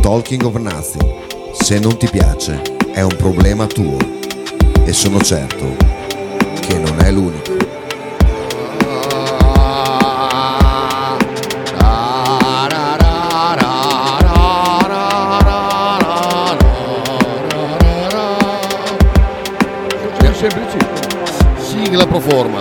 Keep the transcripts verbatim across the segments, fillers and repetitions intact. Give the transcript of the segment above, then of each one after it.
Talking of Nothing. Se non ti piace, è un problema tuo. E sono certo che non è l'unico. Sigla pro forma.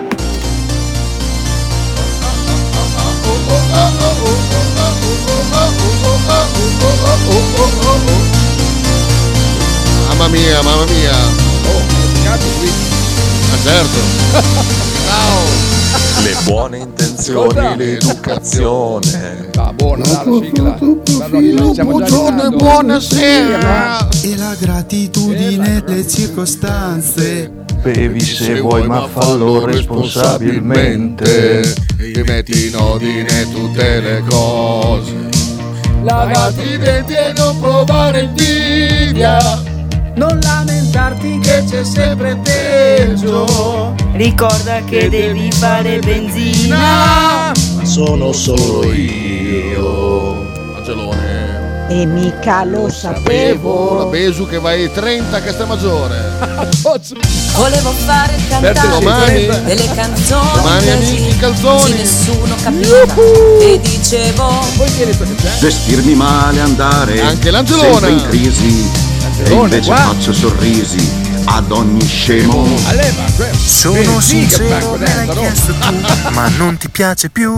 Mamma mia, mamma mia. Oh, cazzo qui. Ma certo. Ciao. Le buone intenzioni, Cosa? l'educazione. Ah, buona, la sigla. Buongiorno e buonasera. E la gratitudine, le circostanze. Bevi se vuoi ma fallo responsabilmente. E metti in ordine tutte le cose. Lavati i denti e non provare invidia. Non lamentarti che c'è sempre peggio. Ricorda che devi fare benzina. Sono solo io. Angelone. E mica lo sapevo. La Besu che vai ai trenta che sta maggiore. Volevo fare il cantante Domani. delle canzoni Domani amici così calzoni. nessuno capiva. E dicevo Vestirmi male, andare Anche l'Angelona. sempre in crisi. E invece qua. faccio sorrisi ad ogni scemo. Alleva, Sono sincero, me l'hai dentro, no? chiesto tu, ma non ti piace più.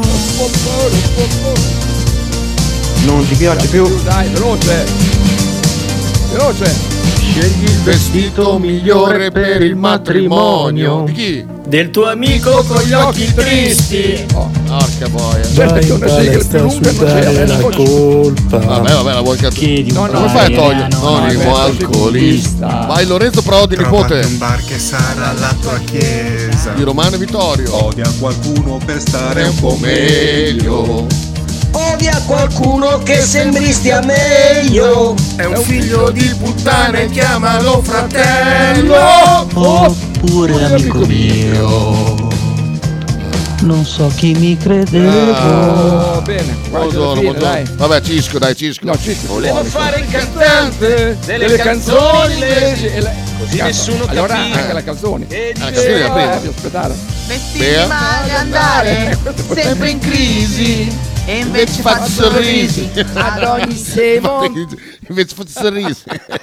Non ti piace più? Dai, veloce. Veloce. Scegli il vestito migliore per il matrimonio. Di chi? del tuo amico con gli occhi tristi. Oh, porca boia. certo che una sigla più lunga non c'era la colpa. Vabbè, vabbè, la vuoi cantare? No, no, Come fai a togliere? Anonimo Anonimo alcolista. Vai Lorenzo Prodi, Trovati nipote un bar che sarà la tua chiesa. di Romano e Vittorio. Odia qualcuno per stare È un po' meglio. Odia qualcuno che sembristi a meglio. È un figlio di puttana e chiamalo fratello. Oppure amico mio, non so chi mi credevo. Oh, bene. Buongiorno, buongiorno. Vabbè, Cisco, dai, Cisco. No, Cisco. Volevo fare il cantante delle canzoni inglesi. e la- Così Cazzo, nessuno allora capiva. anche la canzone. E Ah, dicevo, canzone la prima. devi aspettare. Bea. male andare, sempre in crisi. E Invece faccio sorrisi. ad ogni semo. Invece faccio sorrisi.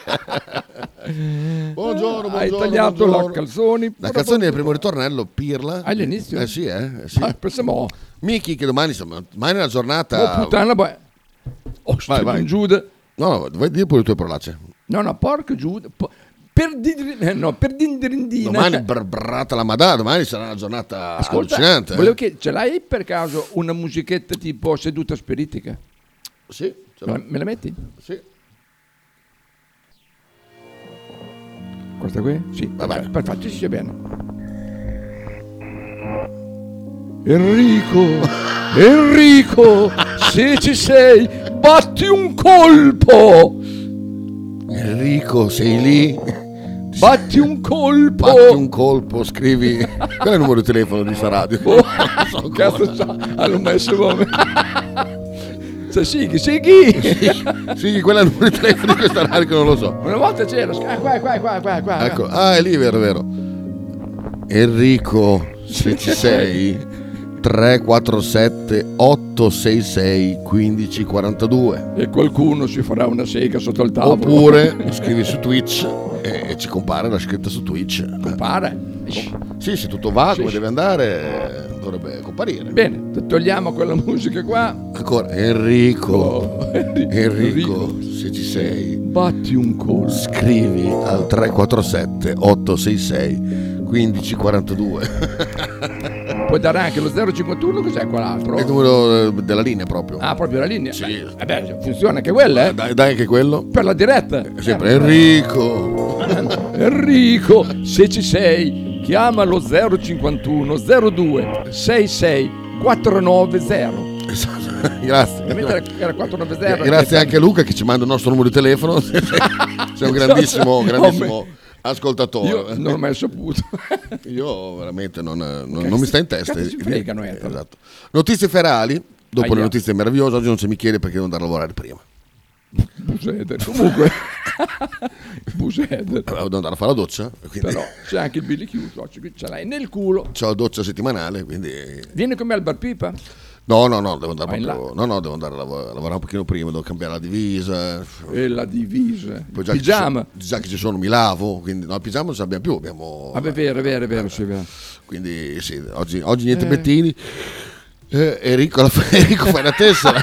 Buongiorno, buongiorno. Hai tagliato buongiorno. la calzoni. La canzone del primo ritornello, Pirla. All'inizio? Eh sì, eh. eh sì. Ah, pensiamo. Miki, che domani, insomma, domani è una giornata. Oh puttana, boh. Oh, Vai, vai. Giuda. No, no, vuoi dire pure le tue parolacce. No, no, porco Giuda. Po- per di- eh, no, per dindirindina. Domani brrrata la Madà, domani sarà una giornata Ascolta, allucinante. eh. volevo chiedere, ce l'hai per caso una musichetta tipo seduta spiritica? Sì, ce Me l'ho. la, me la metti? Sì. Questa qui? Sì, Vabbè. perfetto, ci sia bene. Enrico, Enrico, se ci sei, batti un colpo, Enrico, sei lì? batti un colpo. Batti un colpo, scrivi. Qual è il numero di telefono di sta radio? Oh, cazzo c'ha, hanno messo come... Se sighi, sighi. Sì, quella è il numero di telefono di questa radio che non lo so. Una volta c'era, ah, qua, qua, qua, qua, qua. Ecco, ah, è lì, vero, vero. Enrico, se ci sei, tre quattro sette otto sei sei uno cinque quattro due. E qualcuno si farà una sega sotto il tavolo. Oppure scrivi su Twitch e, e ci compare la scritta su Twitch. Compare. Sì, se tutto va Sì, come sì. deve andare, eh, dovrebbe comparire. Bene, togliamo quella musica qua. Ancora, Enrico, Oh, Enrico, Enrico, se ci sei, batti un colpo. scrivi al tre quattro sette otto sei sei uno cinque quattro due. Puoi dare anche lo zero cinquantuno, cos'è quell'altro? È il numero eh, della linea proprio. Ah, proprio la linea? Sì. Beh, eh beh, funziona anche quella, eh? Dai, dai anche quello. Per la diretta. Sempre Enrico. Enrico, se ci sei, chiama lo zero cinquantuno zero due sei sei quattro nove zero. Grazie. Ovviamente era, era quattro nove zero. Grazie anche a Luca che ci manda il nostro numero di telefono. Sei un grandissimo, grandissimo ascoltatore. Io non ho mai saputo. Io veramente non, non, non mi sta in testa. Cazzo si fregano, eh, però. Esatto. Notizie ferali. Dopo Aia. le notizie meravigliose, oggi non c'è Michele perché devo andare a lavorare prima. Buseder. Comunque, Buseder. Allora, devo andare a fare la doccia. Quindi... Però c'è anche il Billy chiuso, ce l'hai nel culo. C'ho la doccia settimanale, quindi... Vieni con me al bar Pipa? No, no, no, devo andare Vai proprio... No, no, devo andare a lav- a lavorare un pochino prima, devo cambiare la divisa. E la divisa. Poi già Pigiama. Che ci sono, già che ci sono mi lavo, quindi no, il pigiama non ce l'abbiamo più, abbiamo... Vabbè, vero, vero, vero, sì, vero. Quindi sì, oggi, oggi niente Eh. Bettini. Eh, Enrico, la, Enrico fai la tessera.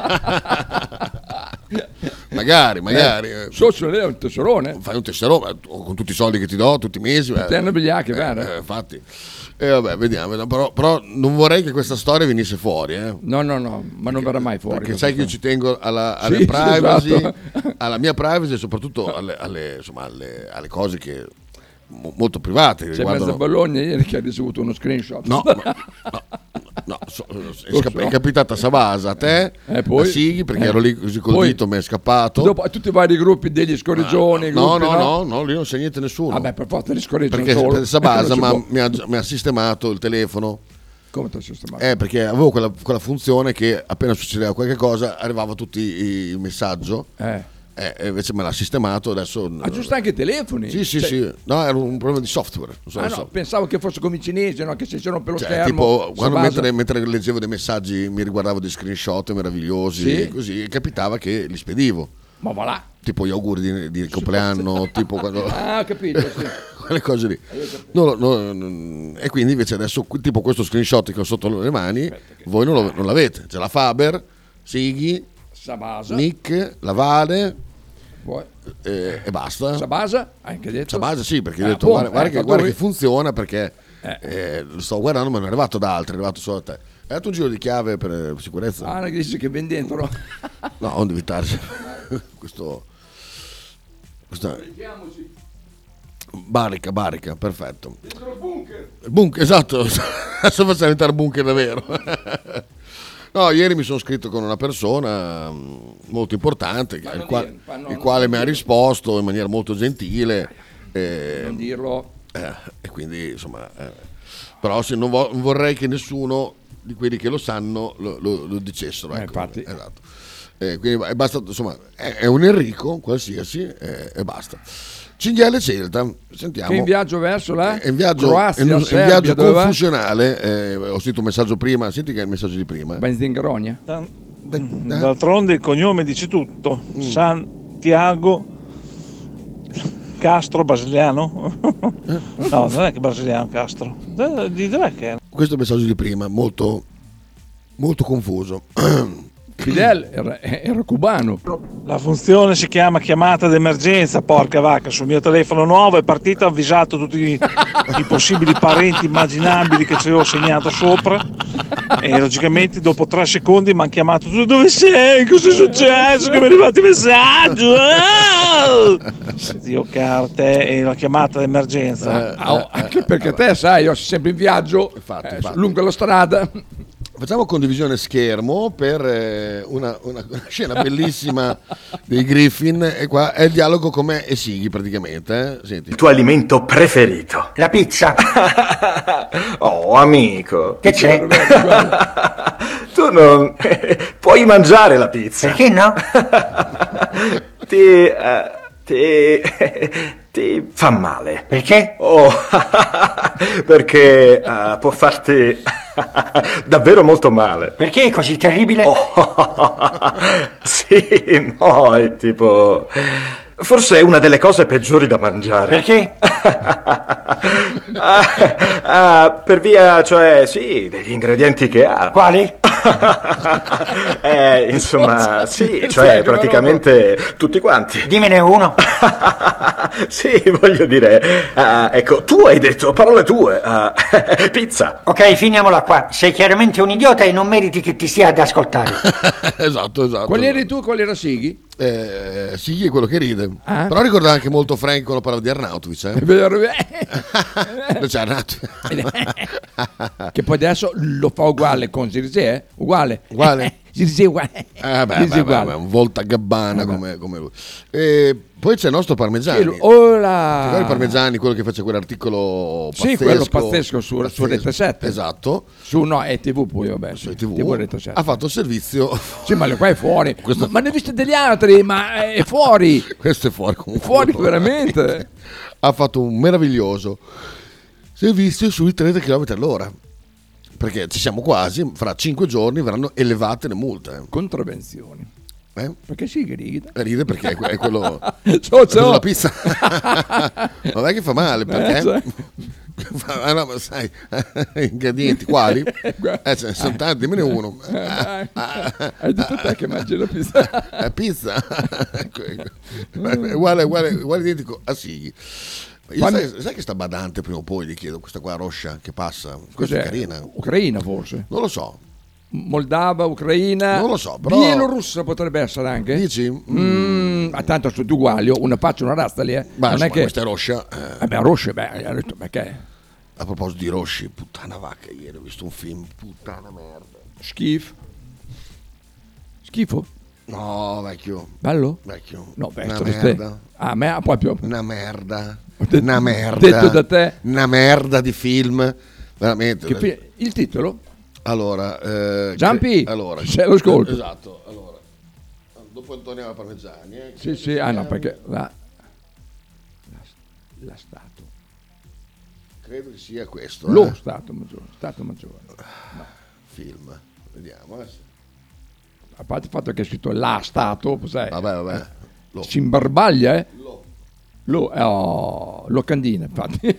magari, magari. Eh, socio, lei è un tesserone. Fai un tesserone con tutti i soldi che ti do tutti i mesi. Te ne bigliacche, eh, vero? eh, infatti. E eh, vabbè, vediamo. Però, però non vorrei che questa storia venisse fuori. Eh. No, no, no, ma non verrà mai fuori. Perché sai che io ci tengo alla, alle Sì, privacy, esatto. alla mia privacy e soprattutto alle, alle, insomma, alle, alle cose che mo- molto private. Che C'è riguardano... mezzo Bologna ieri che ha ricevuto uno screenshot. No, ma- no, no, so- è, sca- è capitata a Savasa, a te, Eh, poi- a Sighi, perché eh. ero lì così col Poi- dito, mi è scappato. Dopo tutti i vari gruppi degli scorreggioni. no, gruppi, no, no, no, lì non c'è niente nessuno. Vabbè, per forza li scorreggiano perché solo. per Savasa Non si ma- può. mi, ha, mi ha sistemato il telefono. Come ti ha sistemato? Eh, perché avevo quella, quella funzione che appena succedeva qualche cosa arrivava tutti i- il messaggio. Eh. Eh, e invece me l'ha sistemato adesso. Aggiusta anche i telefoni. Sì, sì, Cioè- sì. No, era un problema di software. Non so, Ah, non no, so. pensavo che fosse come i cinesi, no? Che se si rompe lo Cioè, schermo. tipo, quando Sabasa- mentre, mentre leggevo dei messaggi mi riguardavo dei screenshot meravigliosi, Sì. e così, e capitava che li spedivo. Ma va là. Tipo gli auguri di, di compleanno, tipo quando... Ah, ho capito, sì. quelle cose lì. No, no, no, e quindi invece adesso, tipo questo screenshot che ho sotto le mani, voi non, lo- non l'avete. C'è la Faber, Sighi, Sabasa. Nick, la Vale Poi- eh, e basta. Sabasa, hai anche detto. Sabasa sì, perché ho Eh, detto appunto, guarda, guarda eh, che, fatto guarda lui. che funziona perché Eh. eh, lo sto guardando ma non è arrivato da altri, è arrivato solo a te. Hai dato un giro di chiave per eh, sicurezza? Ah, non è che dici che ben dentro. No, non devi evitarci questo, questa barica, barica, perfetto. Il bunker, esatto. Adesso facciamo diventare bunker davvero. No, ieri mi sono scritto con una persona mh, molto importante, Ma il, non qua- dire, ma no, il no, quale non mi ha dire. risposto in maniera molto gentile. eh, Non dirlo. eh, e quindi insomma, eh, però se non, vo- non vorrei che nessuno di quelli che lo sanno lo, lo- lo dicessero. Eh, Ecco, infatti. esatto. Eh, quindi è, basta, insomma, è, è un Enrico qualsiasi eh, e basta. Cinghiale Celta, sentiamo. Che in viaggio verso la È in viaggio, Croazia, è in- è in Serbia, viaggio dove va? confusionale. eh, ho sentito un messaggio prima, senti che è il messaggio di prima. Benzingagogna. D'altronde il cognome dice tutto. Santiago Castro brasiliano? No, non è che brasiliano Castro. Di dov'è che è? Questo è il messaggio di prima, molto, molto confuso. Fidel era, era cubano. La funzione si chiama chiamata d'emergenza, porca vacca. Sul mio telefono nuovo è partito, ho avvisato tutti i, i possibili parenti immaginabili che ci avevo segnato sopra. E logicamente dopo tre secondi mi hanno chiamato: tu dove sei? Cosa è successo? Che mi è arrivato il messaggio? Ah! Dio caro, te è la chiamata d'emergenza. Ah, oh, anche perché te sai, io sono sempre in viaggio Infatti, eh, infatti. lungo la strada. Facciamo condivisione schermo per eh, una, una- una scena bellissima dei Griffin e qua è il dialogo con me e Sighi praticamente. Eh? Senti. Il tuo alimento preferito? La pizza. Oh, amico. Che c'è? Tu non puoi mangiare la pizza. Perché no? Ti, eh, ti, ti fa male. Perché? Oh, perché eh, può farti davvero molto male. Perché è così terribile? Oh, sì, no, è tipo... Forse è una delle cose peggiori da mangiare. Perché? Ah, ah, per via, cioè, sì, degli ingredienti che ha. Quali? Eh, insomma, sì, cioè, praticamente tutti quanti. Dimmene uno. Sì, voglio dire, ah, ecco, tu hai detto parole tue, ah, pizza. Ok, finiamola qua. Sei chiaramente un idiota e non meriti che ti stia ad ascoltare. Esatto, esatto. Qual eri tu e qual era Sighi? Eh, Sighi è quello che ride. Ah? Però ricorda anche molto Frank quando parlava di Arnautovic. Eh? È vero, Non c'è Arnautovic. che poi adesso lo fa uguale con Zirze, eh? Uguale. Uguale? si dice uguale. Eh beh, beh, beh, beh, un volta gabbana Eh beh. come, come lui. E poi c'è il nostro Parmigiani. Sì, oh là. Ti ricordi Parmigiani, quello che fece quell'articolo pazzesco? Sì, quello pazzesco su, su Rete sette. Esatto. Su no, è tivù poi, vabbè. Su Sì, tivù. tivù Rete sette. Ha fatto il servizio. Sì, ma qua è fuori. Questo- Ma, ma ne ho visti degli altri, ma è fuori. Questo è fuori comunque. Fuori veramente. Ha fatto un meraviglioso servizio sui trenta chilometri all'ora. Perché ci siamo quasi, fra cinque giorni verranno elevate le multe. Contravvenzioni. Eh? Perché si grida? Ride perché è, que- è quello. So, ha preso so. la pizza. Ma è che fa male perché? Eh, sai. Fa- ah, no, ma sai, ingredienti quali? Eh, ce ne sono tanti, dimmene uno. Eh, dai. Hai detto te che mangi la pizza. La pizza è uguale, uguale, uguale identico a Sighi. Io Quando- sai, sai che sta badante prima o poi gli chiedo questa qua roscia che passa. Questa Cos'è? è carina. Ucraina forse. Non lo so. Moldava, Ucraina. Non lo so, però- Bielorussa potrebbe essere anche. Dici? Mm, ma tanto sono tutti uguali, ho una faccia e una razza lì, eh. Ma non insomma, è che questa è roscia. eh. Vabbè, Roscia, beh, ha detto perché? A proposito di rosci, puttana vacca, ieri ho visto un film, puttana merda. Schifo. Schifo? No, vecchio. Bello? Vecchio. No, Una vecchio di te. merda. Ah, me proprio. Una merda. detto- Una merda. detto da te. Una merda di film. Veramente. Che fi- il titolo? Allora, eh, Giampi, che- allora, c'è lo ascolto. Esatto, allora. Dopo torniamo a Parmigiani. Eh, Sì, sì, ah no, perché la, la, la Stato. credo che sia questo. Lo eh. Stato Maggiore. Stato Maggiore. No. Film. Vediamo. Eh. A parte il fatto che è scritto la Stato, sai, Vabbè, vabbè. Lo. si imbarbaglia, eh? Lo. Lo, eh, oh, locandina, infatti.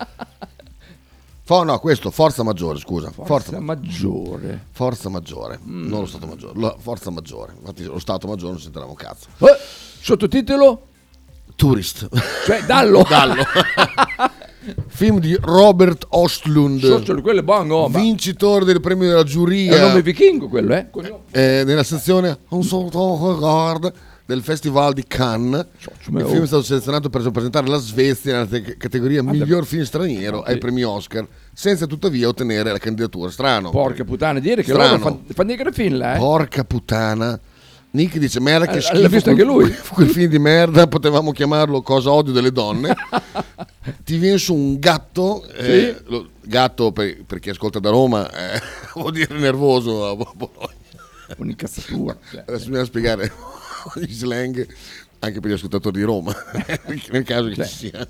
Fo- no, questo, Forza Maggiore, scusa. Forza, Forza, Maggiore. Forza Maggiore, Mm. non lo Stato Maggiore. La Forza Maggiore. Infatti lo Stato Maggiore non sentirà un cazzo. Eh, sottotitolo? Tourist. Cioè, dallo. Dallo. Film di Robert Ostlund, Sotto, quello è buono, oh, ma vincitore del premio della è un giuria nome vichingo quello, eh? Cognome. eh, nella sezione Un sotto guard del Festival di Cannes. Il film è stato selezionato per rappresentare la Svezia nella te- categoria miglior film straniero ai premi Oscar, senza tuttavia ottenere la candidatura. Strano. Porca puttana, dire che Strano. loro fanno fanno i film là, eh? Porca puttana. Nick dice merda che Eh, schifo. l'ha visto anche lui? Quel film di merda, potevamo chiamarlo Cosa odio delle donne. Ti viene su un gatto, eh, Sì. lo- gatto per, per chi ascolta da Roma, eh, vuol dire nervoso a Bologna. Un'incazzatura. cioè. Adesso bisogna spiegare gli slang anche per gli ascoltatori di Roma, nel caso che ci siano.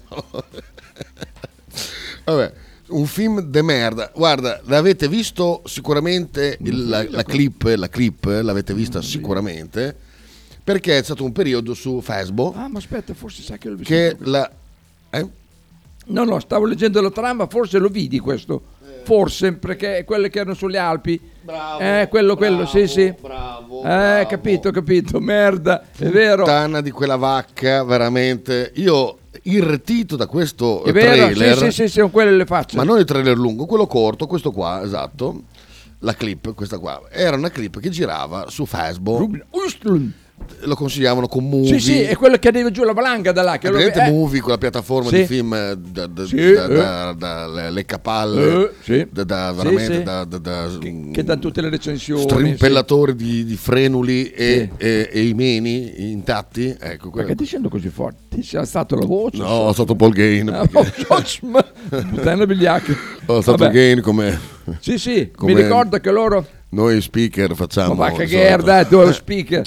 Vabbè, un film de merda. Guarda, l'avete visto sicuramente il- la, la clip, la clip l'avete vista sicuramente, perché è stato un periodo su Facebook Ah, ma aspetta, forse sai che l'ho visto. che la eh? No, no, stavo leggendo la trama, forse lo vidi questo. Forse, perché quelle che erano sulle Alpi. Bravo, Eh, quello, quello, sì, sì. bravo, Eh, bravo. capito, capito, merda, è vero. Puttana di quella vacca, veramente. Io irretito da questo È vero, trailer, sì, sì, sì, sono quelle le facce. ma non il trailer lungo, quello corto, questo qua, esatto. La clip, questa qua, era una clip che girava su Facebook. Ruben Östlund. Lo consigliavano con Movie. Sì, sì, è quello che arriva giù la valanga da là. Che È lo- presente eh, Movie, quella piattaforma Sì. di film eh, da, da, Sì, da, eh. da- da- le- le capalle, Eh, sì. da, da- Sì, veramente sì. da, da, da- che danno tutte le recensioni. strimpellatori di, di frenuli e, Sì. e- e i meni intatti. Ecco, quello- Perché dicendo così forte? Ti sei alzato la voce? No, è stato Paul Gain. Ah, puttana bigliacca. È stato Vabbè. Gain come, Sì, sì, come mi ricordo che loro... noi speaker facciamo. Ma va che di solito. guerra, tu speaker.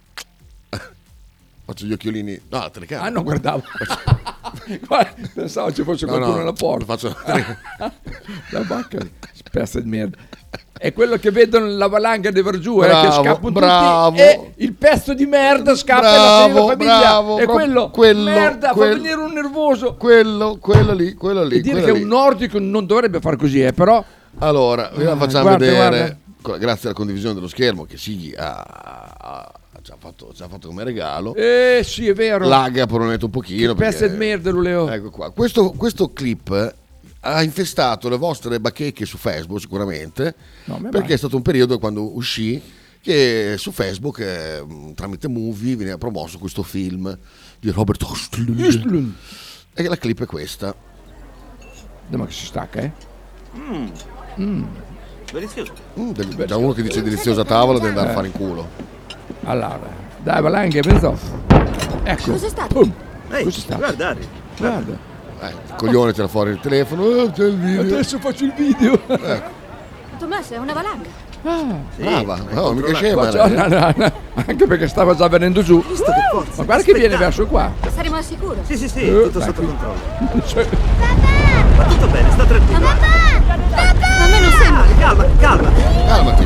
Faccio gli occhiolini. No, la telecamera. Ah, non guardavo. Guarda, pensavo ci fosse No, qualcuno no, alla porta. faccio- La vacca, spezza di merda. È quello che vedono la valanga di Vergiù, eh, Bravo, che scappano bravo. tutti e il pezzo di merda scappa alla Bravo, famiglia. bravo, e proprio quello, quello, merda, quello. fa venire un nervoso. Quello, quello lì, quello lì. E dire quello che lì. un nordico non dovrebbe fare così, eh, però... Allora, vi la Ah, facciamo guarda, vedere, guarda. co- grazie alla condivisione dello schermo che Sighi ha, ha- ci, ha fatto, ci ha fatto come regalo. Eh sì, è vero. Laga probabilmente un pochino. Che pezzo perché- di merda, Luleo. Ecco qua. Questo, questo clip ha infestato le vostre bacheche su Facebook sicuramente, No, ma perché vai. è stato un periodo quando uscì che su Facebook eh, tramite Movie veniva promosso questo film di Robert Ostlund. Östlund. E la clip è questa. No, ma che si stacca, eh? Mm. Delizioso. Mm, del- già uno che dice deliziosa tavola deve andare a fare in culo. Allora, dai, valanghe, penso. Ecco. Cos'è stato? Pum. Ehi, Cos'è stato? guarda, Harry. Guarda. Eh, il coglione tira fuori il telefono, eh, c'è il video. Adesso faccio il video. Ecco, Tommaso, è una valanga. Ah. brava, no, mica Ma scema. già- lei. no, no, no, anche perché stava già venendo giù. Ma guarda che viene verso qua. Saremo al sicuro. Sì, sì, sì, Eh, tutto dai, sotto qui. controllo. Cioè, Ma tutto bene, sta tranquillo. A me non sembra. Ah, calma, calma. Calmati.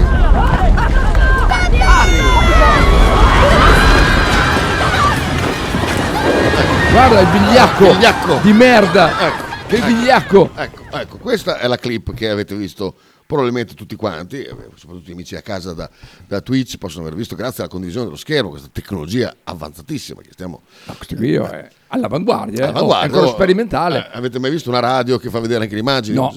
guarda il vigliacco, Vigliacco. di merda. Ecco, Che ecco, vigliacco. Ecco, ecco, questa è la clip che avete visto probabilmente tutti quanti, eh, soprattutto gli amici a casa da, da Twitch possono aver visto grazie alla condivisione dello schermo, questa tecnologia avanzatissima che stiamo... No, questo qui è all'avanguardia, eh. all'avanguardia. Oh, è ancora Oh, sperimentale. eh, avete mai visto una radio che fa vedere anche le immagini? No.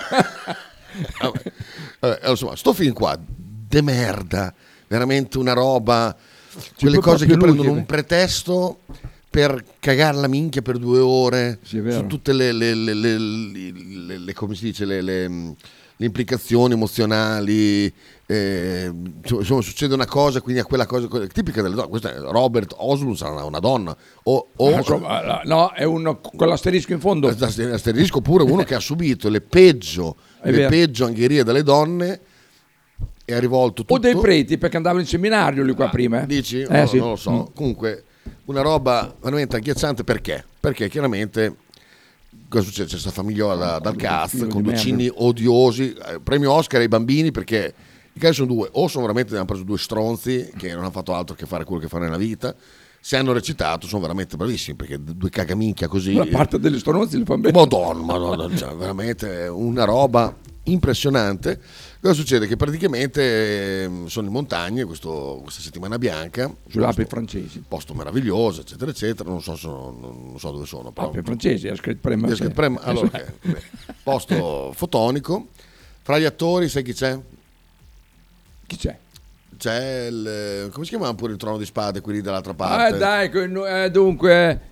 Vabbè. Vabbè, allora, insomma, sto film qua, de merda, veramente una roba, quelle può cose che proprio prendono lui, un pretesto per cagare la minchia per due ore Sì, è vero. su tutte le, le, le, le, le- le- le- come si dice, le, le, mh, le implicazioni emozionali, eh, insomma succede una cosa, quindi a quella cosa quella- tipica delle donne. Questa è Robert Oslund, sarà una, una donna o, o Ma insomma, la- no, è uno con l'asterisco in fondo. asterisco oppure uno che ha subito le peggio È le vero. peggio angherie delle donne e ha rivolto tutto. O dei preti, perché andava in seminario lui qua prima. eh. Dici? Eh, No, sì. non lo so. Mm. Comunque, una roba veramente agghiacciante perché? Perché chiaramente cosa succede? C'è questa famigliola da- dal cast figlio con di due merda. cini odiosi, eh, premio Oscar ai bambini perché i casi sono due, o sono veramente hanno preso due stronzi che non hanno fatto altro che fare quello che fanno nella vita. Se hanno recitato sono veramente bravissimi perché d- due cagaminchia così. La parte degli stronzi li fa bene. Madonna, madonna, cioè, veramente una roba impressionante. Cosa succede? Che praticamente ehm, sono in montagne questo- questa settimana bianca, Sulle Alpi francesi. posto meraviglioso, eccetera, eccetera. Non so, sono- non so dove sono, però. Alpi francesi, ha scritto prima. Riesco a prem- allora, ok, beh, posto fotonico. Fra gli attori, sai chi c'è? Chi c'è? C'è il. Come si chiama pure il Trono di Spade, quelli dall'altra Ah, parte? dai, que- no, eh, dunque.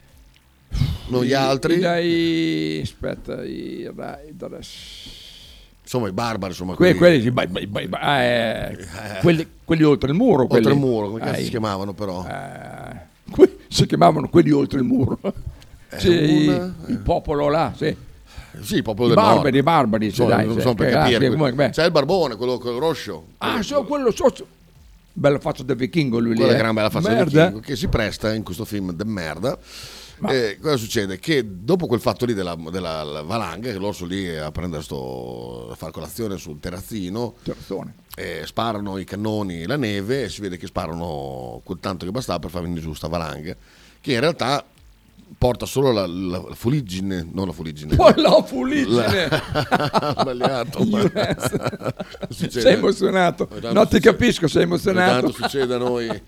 Non gli i- altri? i- Dai, aspetta, i, dai, dai, Insomma, i barbari, insomma. Que- quelli, sì, vai, vai, vai, vai, ah, eh, quelli, quelli oltre il muro. Quelli. Oltre il muro, come cazzo Eh, si chiamavano però? eh, que- si chiamavano quelli oltre il muro. Sì, una- il popolo là, sì. Sì, il popolo I del barbari, nord. i barbari, sì, Non so, dai, non sì, so per che- capire. ah, sì, comunque, beh. C'è il barbone, quello con il roscio. Ah, so, quello so, so- bello faccia da vichingo lui lì. Quella eh. gran bella faccia del Merda. vichingo che si presta in questo film de merda. Eh, cosa succede? Che dopo quel fatto lì della, della la valanga, che loro sono lì a prendere sto, a fare colazione sul terrazzino, Terrazzone. eh, sparano i cannoni la neve e si vede che sparano quel tanto che bastava per far venire giù sta valanga, che in realtà porta solo la, la, la fuliggine, non la fuliggine. Poi la fuliggine. La- Sbagliato. Io- Succede. Sei emozionato. Ogni tanto No, ti succede- capisco, sei emozionato. ogni tanto succede a noi.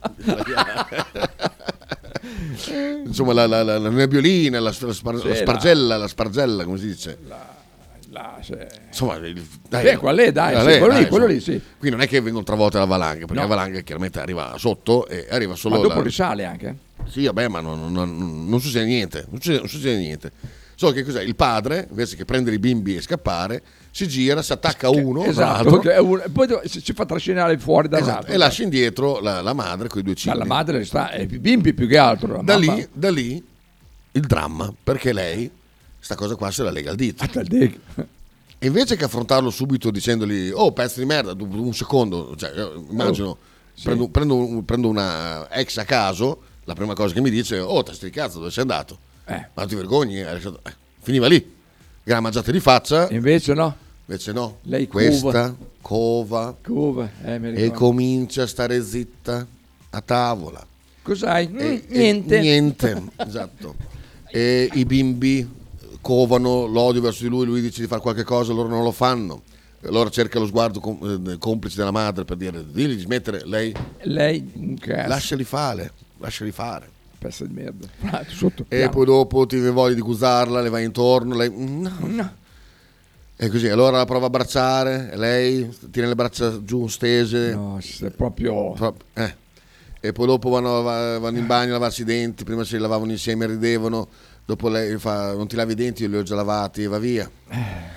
Insomma, la, la, la, la nebbiolina, la, la, spar- Sì, la spargella, la spargella, come si dice? Là, sì. Insomma, il- dai, Beh, quella lì, dai, quella sì, quello lì, dai, quello insomma. lì, sì. Qui non è che vengono travolte la valanga, perché No. la valanga chiaramente arriva sotto e arriva solo Ma dopo la- risale anche. Sì, vabbè, ma non, non- non succede niente, non succede, non succede niente. Solo che cos'è? Il padre, invece che prendere i bimbi e scappare, si gira, si attacca a uno, tra Esatto, l'altro, che è un- e poi do- si ci fa trascinare fuori esatto, dall'altro. e lascia indietro la, la madre con i due Ma cigni. la madre sta, è i bimbi più che altro. La Da mamma- lì, da lì il dramma, perché lei, sta cosa qua se la lega al dito. Ah, dì- E invece che affrontarlo subito dicendogli, oh pezzo di merda, dopo un secondo, cioè, io immagino, Oh, sì. prendo, prendo un- prendo una ex a caso, la prima cosa che mi dice, oh testa di cazzo, dove sei andato? Eh. Ma non ti vergogni? Hai lasciato- eh, finiva lì, gran mangiata di faccia, Invece no. invece no, Lei questa cova Cuba, eh, mi e ricordo. comincia a stare zitta a tavola. Cos'hai? Mm, E- e- niente. niente, esatto. E i bimbi covano l'odio verso di lui, lui dice di fare qualche cosa, loro non lo fanno. Allora cerca lo sguardo com- eh, complice della madre per dire, digli di smettere, lei Lei, un cazzo. lasciali fare, lasciali fare. Pezzo di merda. Ah, sotto. E piano. poi dopo ti viene voglia di guzzarla, le vai intorno, lei no. No. E così, allora la prova a abbracciare, e lei tiene le braccia giù stese. No, è proprio... Pro- eh. E poi dopo vanno, va- vanno in bagno a lavarsi i denti, prima si lavavano insieme e ridevano, dopo lei fa non ti lavi i denti, io li ho già lavati e va via.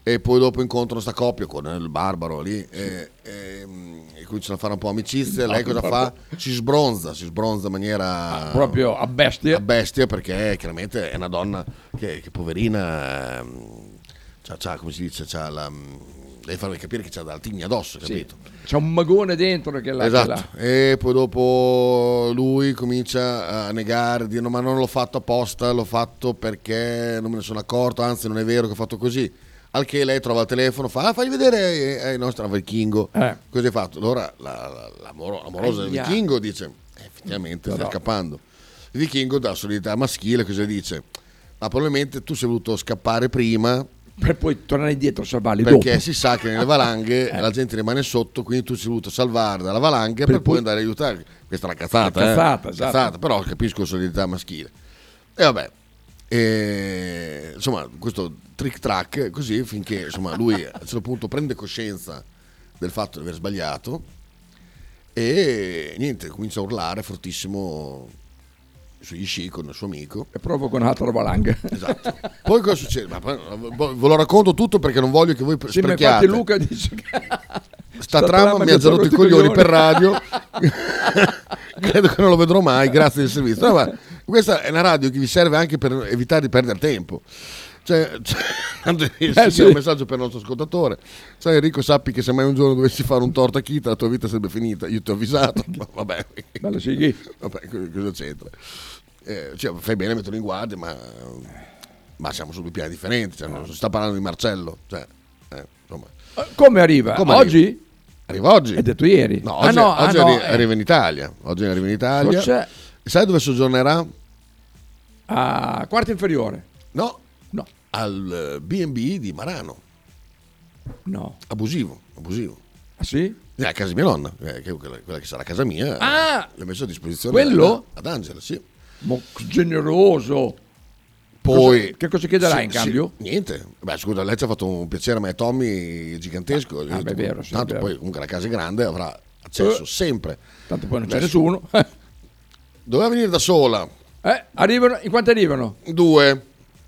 E poi dopo incontrano sta coppia con il barbaro lì e, e, e cominciano a fare un po' amicizia. Lei cosa fa? Si sbronza, si sbronza in maniera ah, proprio a bestia. A bestia, perché chiaramente è una donna che, che poverina, c'ha, c'ha, come si dice, c'ha la, devi farmi capire che c'ha della tigna addosso, capito? Sì. C'è un magone dentro che la... Esatto. Che la... E poi dopo lui comincia a negare, dire no, ma non l'ho fatto apposta, l'ho fatto perché non me ne sono accorto, anzi non è vero che ho fatto così. Al che lei trova il telefono, fa ah, fai vedere ai nostri vichingo eh. cosa hai fatto. Allora la, la, l'amoro, l'amorosa del vichingo dice eh, effettivamente stai scappando. Il vichingo dà solidità maschile, cosa dice? Ma probabilmente tu sei voluto scappare prima per poi tornare indietro a salvarli perché dopo. Si sa che nelle valanghe eh. la gente rimane sotto, quindi tu sei voluto salvare dalla valanga per, per poi andare a aiutare. Questa è una cazzata, una cazzata, eh? esatto. cazzata, però capisco solidità maschile. E vabbè, e, insomma, questo trick track così finché insomma lui a un certo punto prende coscienza del fatto di aver sbagliato e niente, comincia a urlare fortissimo sugli sci con il suo amico e provoca un'altra valanga. Esatto. Poi cosa succede? Ma poi, ve lo racconto tutto perché non voglio che voi sì, sprechiate. Ma Luca dice che sta, sta trama, trama mi ha già rotto i coglioni, coglioni per radio. Credo che non lo vedrò mai, grazie del servizio. No, ma questa è una radio che vi serve anche per evitare di perdere tempo. Cioè, cioè eh, sì. Un messaggio per il nostro ascoltatore. Sai Enrico, sappi che se mai un giorno dovessi fare un torto a Kita la tua vita sarebbe finita. Io ti ho avvisato. Ma vabbè, vabbè, cosa c'entra? Eh, cioè, fai bene a metterlo in guardia, ma, ma siamo su due piani differenti. Cioè, non si sta parlando di Marcello. Cioè, eh, come arriva? Come oggi? Arriva? Arriva oggi. È detto ieri. No, oggi, ah, no, oggi ah, arri- no, arriva eh. in Italia. Oggi arriva in Italia. Forse... Sai dove soggiornerà? A quarto inferiore. No. No. Al B and B di Marano. No. Abusivo, abusivo. Ah sì? Eh, a casa mia nonna, eh, che quella, quella che sarà casa mia. Ah! L'ho messo a disposizione quello? ad, ad Angela, sì. Mo generoso. Poi cosa, che cosa chiederà sì, in cambio? Sì, niente. Beh, scusa, lei ci ha fatto un piacere a me e Tommy gigantesco. Ah, beh, è vero, sì, tanto è vero. poi comunque la casa è grande, avrà accesso eh. sempre. Tanto poi non c'è Adesso, nessuno. Doveva venire da sola. Eh, arrivano, in quanti arrivano? Due.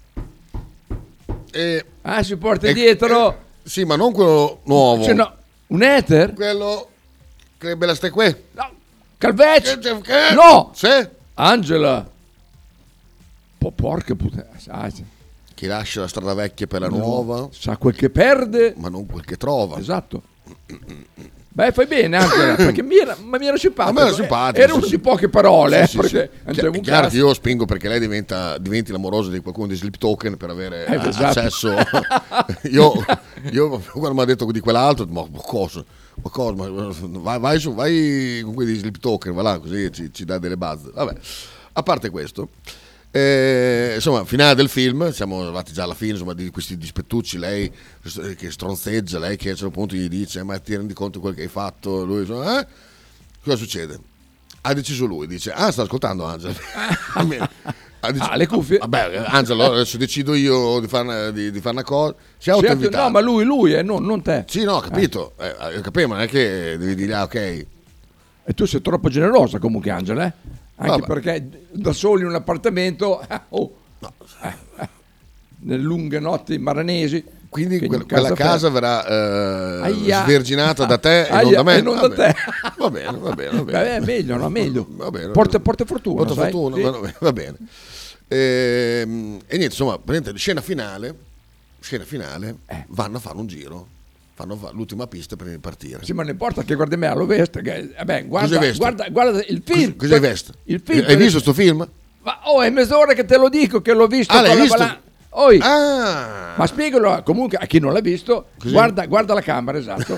E, ah, si porta e, dietro. E, sì, ma non quello nuovo. Cioè, no, un ether? Quello che bella stai qui. No. Calvecchio. Che, che? No. Sì. Angela. Po' porca puttana. Ah, sì. Chi lascia la strada vecchia per la no. nuova sa quel che perde, ma non quel che trova. Esatto. Beh, fai bene Angela, perché mi era, ma mi era simpatico. Ma era simpatico. Era uno di poche parole, sì, eh, sì, perché sì. È chiaro che io spingo perché lei diventa, diventi l'amoroso di qualcuno di Sleep Token per avere eh, esatto. accesso. io, io quando mi ha detto di quell'altro, ma cosa? Ma cosa? Ma vai, vai, su, vai con quelli di Sleep Token, va là, così ci, ci dà delle buzz. Vabbè, a parte questo. Eh, insomma, finale del film, siamo arrivati già alla fine, insomma, di questi dispettucci, lei che stronzeggia, lei che a un certo punto gli dice ma ti rendi conto di quello che hai fatto? Lui eh? Cosa succede? Ha deciso lui, dice ah sta ascoltando Angelo. ha deciso, ah le cuffie? Vabbè Angelo adesso decido io di fare di, di fare una cosa, si è autoinvitato. No ma lui, lui eh, non, non te. Sì no ho capito, eh. Eh, capivo, ma non è che devi dire ah, ok. E tu sei troppo generosa comunque Angela eh? Anche Vabbè. Perché da soli in un appartamento oh, no. eh, eh, nelle lunghe notti maranesi, quindi que- quella casa per... verrà eh, sverginata da te e Aia, non da me. E non va, da bene. te. va bene, va bene, va bene. Beh, è meglio, no? Meglio. Va bene, porta, porta fortuna. Porta sai? fortuna, sì. va bene. Va bene. E, e niente, insomma, scena finale, scena finale, eh. vanno a fare un giro. Fanno l'ultima pista per partire. Sì, ma non importa che guardi me all'Ovest. Che, vabbè, guarda, guarda, guarda il film. Cos'è Vest? Il film. Hai visto sto film? Ma oh, è mezz'ora che te lo dico, che l'ho visto. Ah, l'hai visto? Bala... Oi. Ah. Ma spiegalo comunque a chi non l'ha visto. Guarda, guarda la camera, esatto.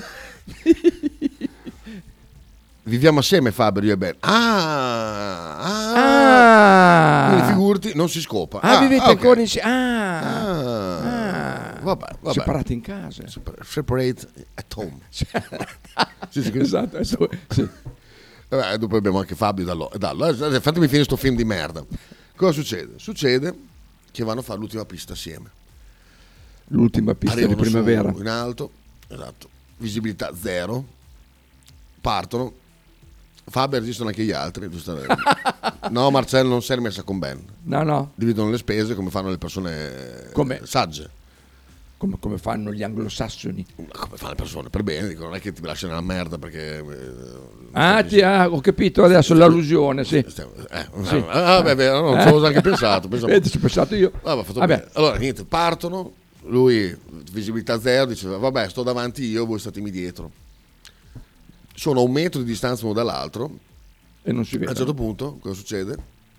Viviamo assieme Fabio e Ben. Ah, ah, ah. Quindi figurati, non si scopa. Ah, ah vivete okay. ancora insieme. Ah. ah. ah. Vabbè, vabbè. Separati in casa. Separate at home. sì, sì, esatto. Sì. Vabbè, dopo abbiamo anche Fabio Dallo. Dallo. Fatemi finire sto film di merda. Cosa succede? Succede che vanno a fare l'ultima pista assieme. L'ultima pista Arrivano di primavera. Su, in alto, esatto. Visibilità zero. Partono. Fabio registrano anche gli altri, giustamente. No, Marcello non si è rimessa con Ben. No, no. Dividono le spese come fanno le persone come? sagge. come, come fanno gli anglosassoni. Come fanno le persone? Per bene, dicono, non è che ti lasciano nella merda perché... Eh, ah, ti, ah, ho capito adesso l'allusione, sì. Eh, sì. Ah, beh, beh, non ci avevo anche pensato. Vedi, ci ho pensato io. Ah, fatto Vabbè. bene. Allora, niente, partono, lui, visibilità zero, dice, vabbè, sto davanti io, voi statemi dietro. Sono a un metro di distanza uno dall'altro. E non si vede. A un certo punto, cosa succede?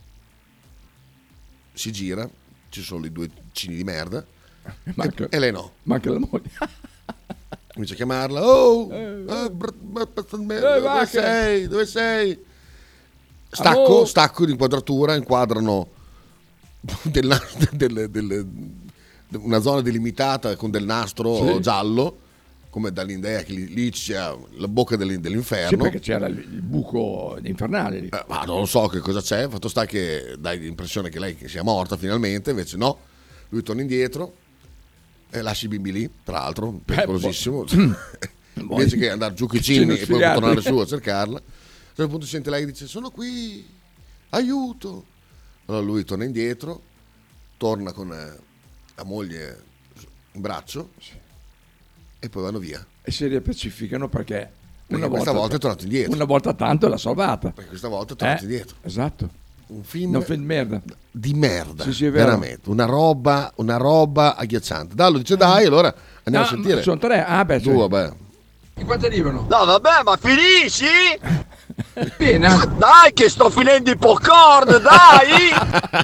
Si gira, ci sono i due cini di merda, manca, e, e lei no. Manca la moglie. Comincia a chiamarla, oh, eh, eh, br- br- br- eh, dove sei? Dove sei? Stacco, Amore. stacco di inquadratura, inquadrano del, del, del, una zona delimitata con del nastro sì. giallo, come dall'idea che lì, lì c'è la bocca dell'inferno. Sì, perché c'era il buco infernale lì. Eh, ma non so che cosa c'è, fatto sta che dai l'impressione che lei sia morta finalmente, invece no, lui torna indietro e lascia i bimbi lì, tra l'altro, pericolosissimo, eh, boh. invece che andare giù Chicini e poi tornare su a cercarla. A un certo punto sente lei che dice, sono qui, aiuto. Allora lui torna indietro, torna con eh, la moglie in braccio e poi vanno via. E si riappacificano perché... Una questa volta, volta è tornato indietro. Una volta tanto l'ha salvata. Perché questa volta è tornato eh, indietro. Esatto. Un film, un film merda. Di merda. Sì, sì, veramente. Una roba, una roba agghiacciante. Dallo dice dai, allora andiamo no, a sentire. Sono tre. Ah, beh, tu, vabbè. E quanti arrivano? No, vabbè, ma finisci? Appena. Dai, che sto finendo i popcorn, dai!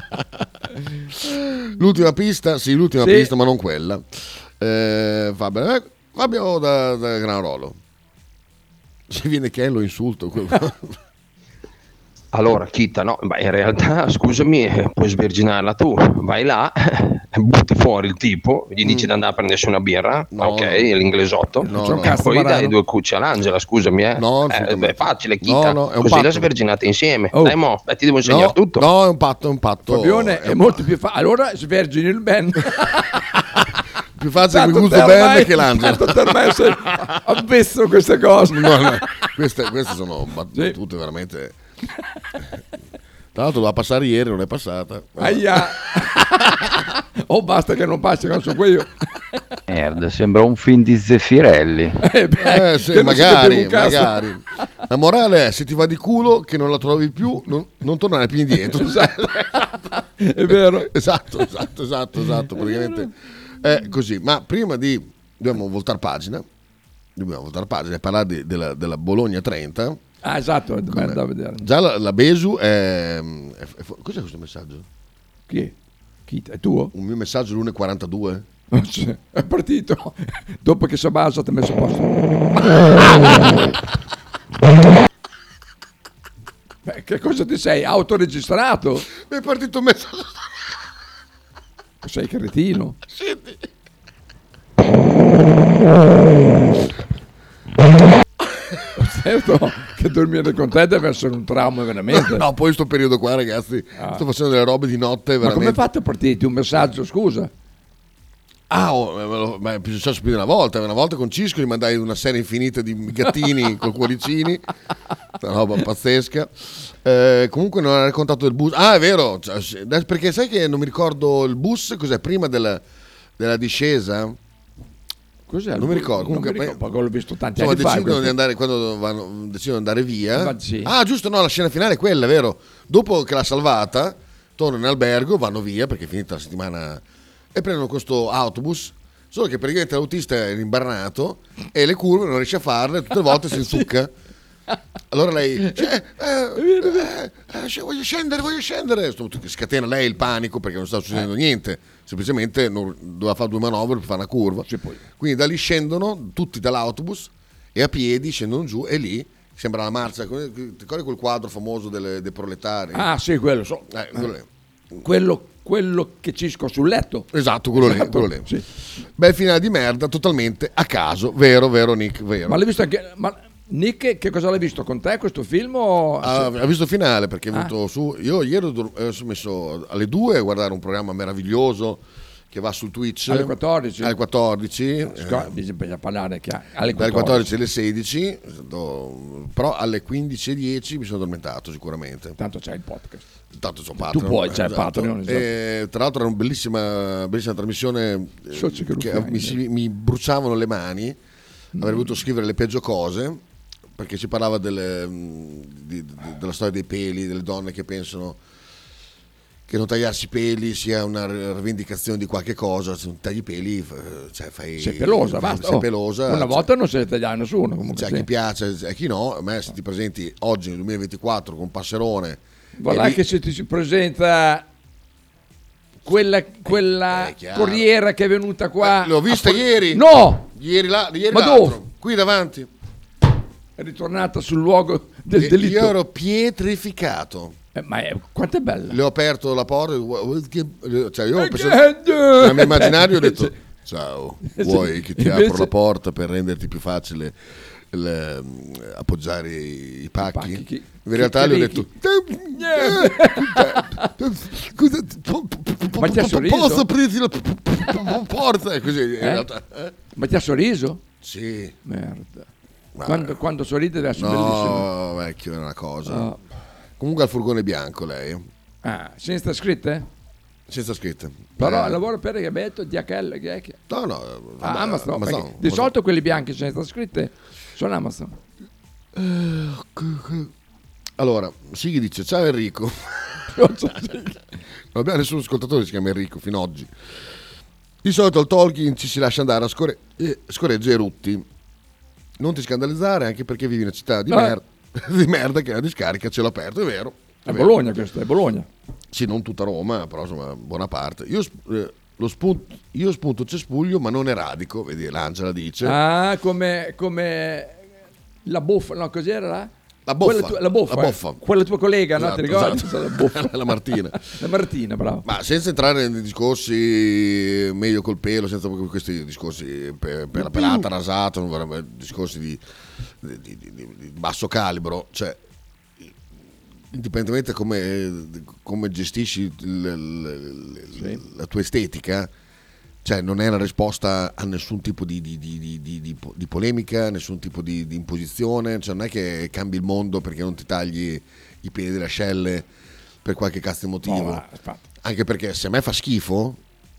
L'ultima pista, sì, l'ultima sì. pista, ma non quella. Eh, va bene. Eh, Fabio da, da Gran Rolo. Se viene che lo insulto. Allora, Chitta, no, beh, in realtà, scusami, puoi sverginarla tu, vai là, butti fuori il tipo, gli dici mm. di andare a prendersi una birra, no, ok, no. l'inglesotto, no, no, e poi dai due cucci all'Angela, scusami, eh, no, eh beh, è facile, Chitta, no, no, è un così patto. la sverginate insieme, oh. dai mo, beh, ti devo insegnare no, tutto. No, è un patto, è un patto. Fabione è, è molto più facile, allora svergini il Ben. Più facile che gusto Ben che l'Angela. Per me sei avvesso queste cose. No, no, queste, queste sono battute sì. veramente. Tra l'altro doveva passare ieri, non è passata. Aia. Oh, basta che non passi, non so quello. Merda, sembra un film di Zeffirelli. Eh, beh, eh sì, magari, magari. La morale è, se ti va di culo che non la trovi più, non, non tornare più indietro. Esatto. È vero. Esatto, esatto, esatto, esatto. Praticamente è così. Ma prima di dobbiamo voltare pagina, dobbiamo voltare pagina e parlare di, della, della Bologna trenta. Ah, esatto, è da vedere. Già la, la Besu è, è, è cos'è questo messaggio? Chi? Chi? È tuo? Un mio messaggio l'uno e quarantadue. È partito dopo che Sabasa ti ha messo a posto. Beh, che cosa ti sei? Autoregistrato? Mi è partito un messaggio. Sei cretino. Senti. Certo che dormire con te deve essere un trauma veramente. No, poi sto periodo qua, ragazzi, ah. sto facendo delle robe di notte veramente. Ma come hai fatto a partirti un messaggio, scusa? Ah, oh, ma è successo più di una volta. Una volta con Cisco gli mandai una serie infinita di gattini con cuoricini, una roba pazzesca. Eh, comunque non ha raccontato del bus. Ah, è vero, cioè, perché sai che non mi ricordo il bus, cos'è, prima della, della discesa? Cos'è? Non mi ricordo. Comunque, non mi ricordo, perché l'ho visto tanti insomma, anni fa. Decidono di andare, quando vanno, decidono di andare via. Ma sì. Ah, giusto, no, la scena finale è quella, è vero. Dopo che l'ha salvata, tornano in albergo, vanno via perché è finita la settimana e prendono questo autobus. Solo che praticamente l'autista è rimbarnato e le curve non riesce a farle, tutte le volte si insucca. Allora lei cioè, eh, eh, eh, voglio scendere, voglio scendere. Scatena lei il panico perché non sta succedendo niente, semplicemente non, doveva fare due manovre per fare una curva. Quindi da lì scendono tutti dall'autobus e a piedi scendono giù e lì sembra la marcia. Ti ricordi quel quadro famoso delle, dei proletari? Ah sì, quello so. Eh, quello, quello, quello che cisco sul letto. Esatto, quello esatto. lì, quello lì. Sì. Bel finale di merda, totalmente a caso, vero, vero Nick, vero. Ma l'hai visto anche... Ma... Nick, che cosa l'hai visto con te questo film? O... Ah, ha visto il finale perché è venuto ah. su. Io ieri ho messo alle due a guardare un programma meraviglioso che va sul Twitch alle quattordici. Alle quattordici. Scusa, eh, bisogna parlare che alle dalle quattordici alle sedici, però alle quindici e dieci mi sono addormentato sicuramente. Tanto c'è il podcast. Tanto c'ho Patreon. Tu puoi, c'è il esatto. Patreon. Esatto. E, tra l'altro era una bellissima, bellissima trasmissione eh, che, che mi, si, mi bruciavano le mani. Mm. Avrei voluto scrivere le peggio cose, perché si parlava delle, di, di, della storia dei peli, delle donne che pensano che non tagliarsi i peli sia una rivendicazione di qualche cosa. Se non tagli i peli, cioè fai, sei pelosa, basta. Sei oh, pelosa. Una cioè, volta non se ne taglia nessuno. C'è sì. chi piace e chi no. A me se ti presenti oggi nel duemilaventiquattro con un passerone, voilà lì... che se ti si presenta quella, quella eh, corriera che è venuta qua. Eh, l'ho vista a... ieri. No! Ieri là, ieri ma l'altro, dove? Qui davanti. È ritornata sul luogo del e delitto. Io ero pietrificato. Eh, ma è, quanto è bella. Le ho aperto la porta, cioè io ho pensato, nel mio immaginario ho detto ciao, vuoi che ti invece... apro la porta per renderti più facile le, appoggiare i pacchi? I pacchi che, in realtà gli ho detto ma ti ha sorriso? Posso aprirti la porta? E così, in eh? realtà, eh? Ma ti ha sorriso? Sì. Merda. Quando, quando sorride deve essere no, bellissimo. No, vecchio, è una cosa. Oh. Comunque al furgone bianco lei. Ah, senza scritte? Senza scritte. Però eh. lavoro per che detto D H L, che è che? No, no. Ah, Amazon. Amazon, Amazon. Di Amazon. solito quelli bianchi senza scritte sono Amazon. Allora, Sighi dice ciao Enrico. Non abbiamo nessun ascoltatore che si chiama Enrico fino ad oggi. Di solito al Tolkien ci si lascia andare a score- eh, scoregge e rutti. Non ti scandalizzare, anche perché vivi in una città di, ah. merda, di merda che è una discarica a cielo aperto, è vero. È, è Bologna questo, è Bologna. Sì, non tutta Roma, però insomma buona parte. Io, eh, lo spunto, io spunto cespuglio ma non eradico, vedi l'Angela dice. Ah, come, come la buffa, no cos'era là? La boffa, tua, la boffa, la boffa. Eh? Quella tua collega, esatto, no? Ti ricordi? Esatto. La, boffa. La Martina. La Martina, bravo. Ma senza entrare nei discorsi meglio col pelo, senza questi discorsi per, per la pelata rasata, discorsi di, di, di, di, di basso calibro, cioè indipendentemente come, come gestisci il, il, sì. la tua estetica, cioè non è la risposta a nessun tipo di, di, di, di, di, di polemica, nessun tipo di, di imposizione, cioè non è che cambi il mondo perché non ti tagli i piedi delle ascelle per qualche cazzo di motivo. No, anche perché se a me fa schifo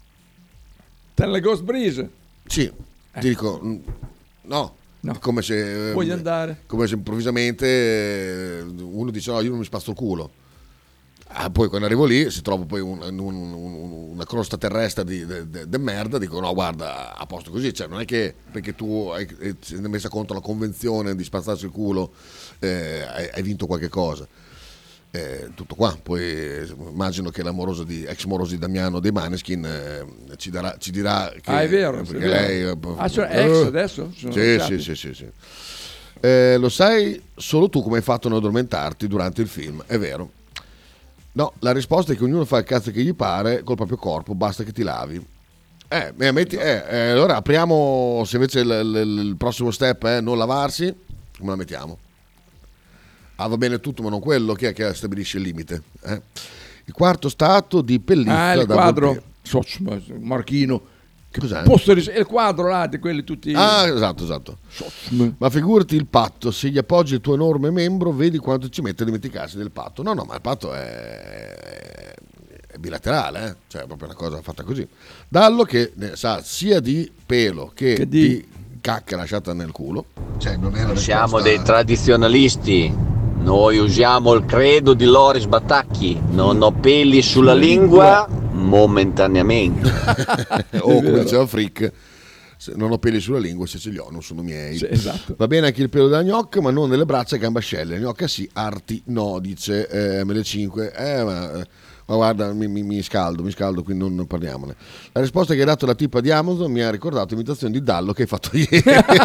te la Ghost Breeze sì, eh. ti dico no, no. Come se puoi andare come se improvvisamente uno dice no, io non mi spazzo il culo. Ah, poi quando arrivo lì si trova poi un, un, un, una crosta terrestre di de, de, de merda, dico no guarda a posto così, cioè non è che perché tu hai, hai messa contro la convenzione di spazzarsi il culo eh, hai, hai vinto qualche cosa, eh, tutto qua. Poi immagino che l'amorosa di ex moroso di Damiano dei Maneskin eh, ci, darà, ci dirà che ah è vero, perché è vero. lei ah sono ex uh, adesso? Sono sì, sì, sì sì sì eh, lo sai solo tu come hai fatto a non addormentarti durante il film, è vero. No, la risposta è che ognuno fa il cazzo che gli pare col proprio corpo, basta che ti lavi. Eh, metti, eh, eh allora apriamo, se invece il, il, il prossimo step è non lavarsi, come la mettiamo? Ah, va bene tutto, ma non quello che è che stabilisce il limite. Eh? Il quarto stato di Pellizza. Ah, il da quadro, so, Marchino. Cos'è? Posso ris- il quadro là di quelli tutti. Ah, esatto, esatto. Ma figurati il patto, se gli appoggi il tuo enorme membro, vedi quanto ci mette a dimenticarsi del patto. No, no, ma il patto è, è bilaterale, eh? Cioè è proprio una cosa fatta così. Dallo che ne sa sia di pelo che, che di... di cacca lasciata nel culo. Cioè non è una Siamo risposta... dei tradizionalisti. Noi usiamo il credo di Loris Batacchi. Non ho peli sulla lingua momentaneamente. O come diceva Frick, se non ho peli sulla lingua, se ce li ho non sono miei. Sì, esatto. Va bene anche il pelo della gnocca, ma non nelle braccia e gambascelle. La gnocca sì, arti no, dice eh, M L cinque. Eh, ma, ma guarda, mi, mi, mi scaldo, mi scaldo, quindi non, non parliamone. La risposta che hai dato la tipa di Amazon mi ha ricordato l'imitazione di Dallo che hai fatto ieri.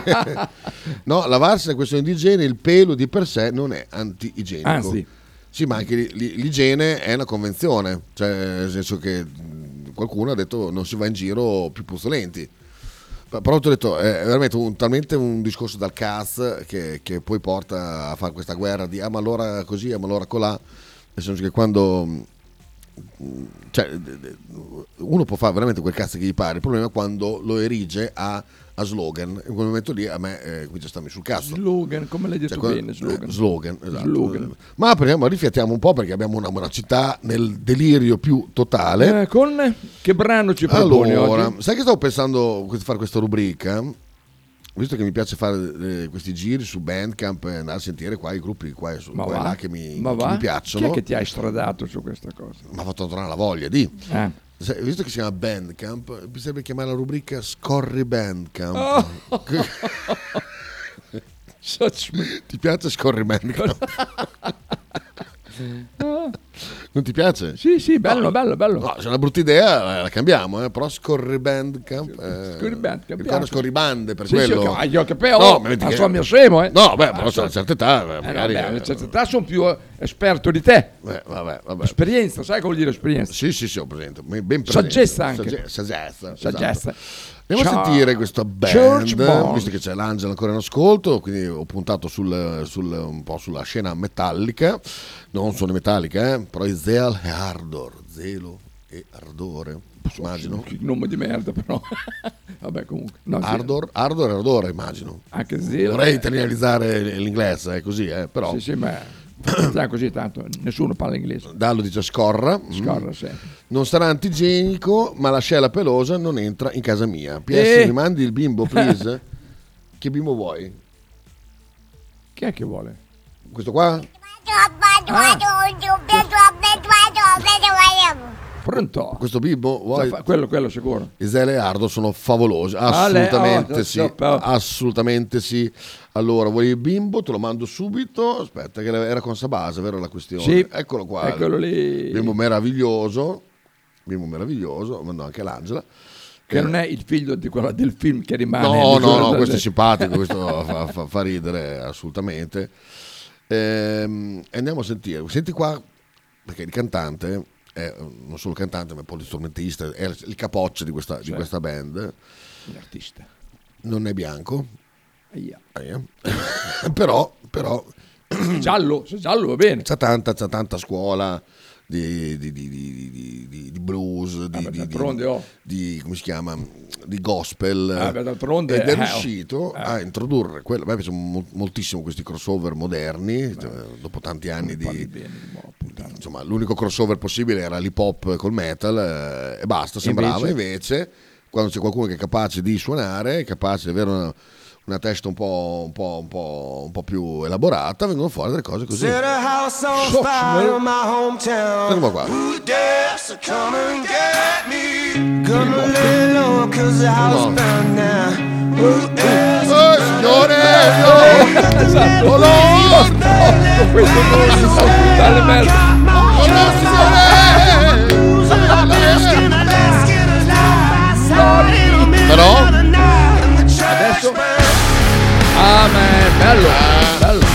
No, lavarsi è una questione di igiene, il pelo di per sé non è anti-igienico. Anzi. Sì, ma anche l'igiene è una convenzione, cioè nel senso che qualcuno ha detto non si va in giro più puzzolenti. Però ti ho detto, è veramente un, talmente un discorso dal cazzo che, che poi porta a fare questa guerra di ah ma allora così, ah ma allora colà, nel senso che quando cioè, uno può fare veramente quel cazzo che gli pare, il problema è quando lo erige a, a slogan. In quel momento lì a me eh, qui ci stammi sul cazzo. Slogan, come l'hai detto cioè, bene, slogan. Eh, slogan, esatto. Slogan. Ma prendiamo, riflettiamo un po' perché abbiamo una, una città nel delirio più totale. Eh, con che brano ci proponi allora, oggi? sai che stavo pensando di fare questa rubrica? Visto che mi piace fare eh, questi giri su Bandcamp e andare a sentire qua i gruppi qua, su, Ma qua e va? là che mi, Ma che va? mi piacciono. Chi è che ti ha stradato su questa cosa? Mi ha fatto tornare la voglia di. Eh. Sai, visto che si chiama Bandcamp, bisognerebbe chiamare la rubrica Scorri Bandcamp. Oh. Ti piace Scorri Bandcamp? Non ti piace? Sì, sì, bello, no, bello, bello. No, se è una brutta idea la cambiamo, eh, però Scorri Bandcamp. Eh, Scorri Bandcamp. Ricordo Scorri Bande per sì, quello. Sì, io, io capivo, no, ma che... so mio scemo, eh. No, beh, però ah, a una certa età, eh, magari. Vabbè, a una certa età sono più esperto di te. Beh, vabbè, vabbè. Esperienza, sai cosa vuol dire esperienza? Sì, sì, sì, ho presente. Ben presente. Saggezza anche. Sagge- saggezza. Saggezza. Esatto. Andiamo Ciao. a sentire questa George band, Bond. visto che c'è l'Angela ancora in ascolto, quindi ho puntato sul, sul, un po' sulla scena metallica, non sono metallica, eh, però è Zeel e Ardor, Zelo e Ardore, immagino. Che nome di merda però. Vabbè comunque. No, Ardor, Ardor e Ardore, immagino. Anche Zelo. Vorrei italianizzare l'inglese, è così, eh, però. Sì, sì, ma così tanto nessuno parla inglese. Dallo dice scorra. Scorra, mm. sì. Non sarà antigenico, ma l'ascella pelosa non entra in casa mia. P S, Eh. mi mandi il bimbo, please? Che bimbo vuoi? Chi è che vuole? Questo qua? Pronto? Questo bimbo vuoi? Quello, quello sicuro. Isele e Ardo sono favolosi, Ah, lei- assolutamente oh, sì, so, so. assolutamente sì. Allora, vuoi il bimbo? Te lo mando subito. Aspetta, che era con Sabasa, vero la questione? Sì, Eccolo qua. eccolo lì. Bimbo meraviglioso, bimbo meraviglioso, mando anche l'Angela. Che non è il figlio di quello del film che rimane. No, no, no, del- questo è simpatico, questo fa, fa- fa ridere assolutamente. Ehm, andiamo a sentire, senti qua, perché il cantante è non solo cantante ma è polistrumentista, è il capoccio di questa, di Cioè. questa band. L'artista. Non è bianco, Aia. Aia. però, però Giallo, se giallo va bene. c'ha tanta, c'ha tanta scuola di, di, di, di, di- di- di blues, di, Vabbè, di- d'altronde, di- oh. di- come si chiama, di gospel. Vabbè, d'altronde, ed è eh, riuscito oh. Eh. a introdurre quello. A me piacciono mo- moltissimo questi crossover moderni, cioè, dopo tanti anni di, insomma, l'unico crossover possibile era l'hip hop col metal eh, e basta, sembrava. Invece? Invece quando c'è qualcuno che è capace di suonare, è capace di avere una, una testa un po', un, po', un, po', un po' più elaborata, vengono fuori delle cose così. Set a house on fire in my hometown. Senti qua. Who dares to come and get me? Gonna lay low cause the house burned down. Who dares Oh, signore! Oh, oh, no! Questo non si può puttare merda. Oh, no, signore! Però Adesso. Ah, ma è bello. Bello.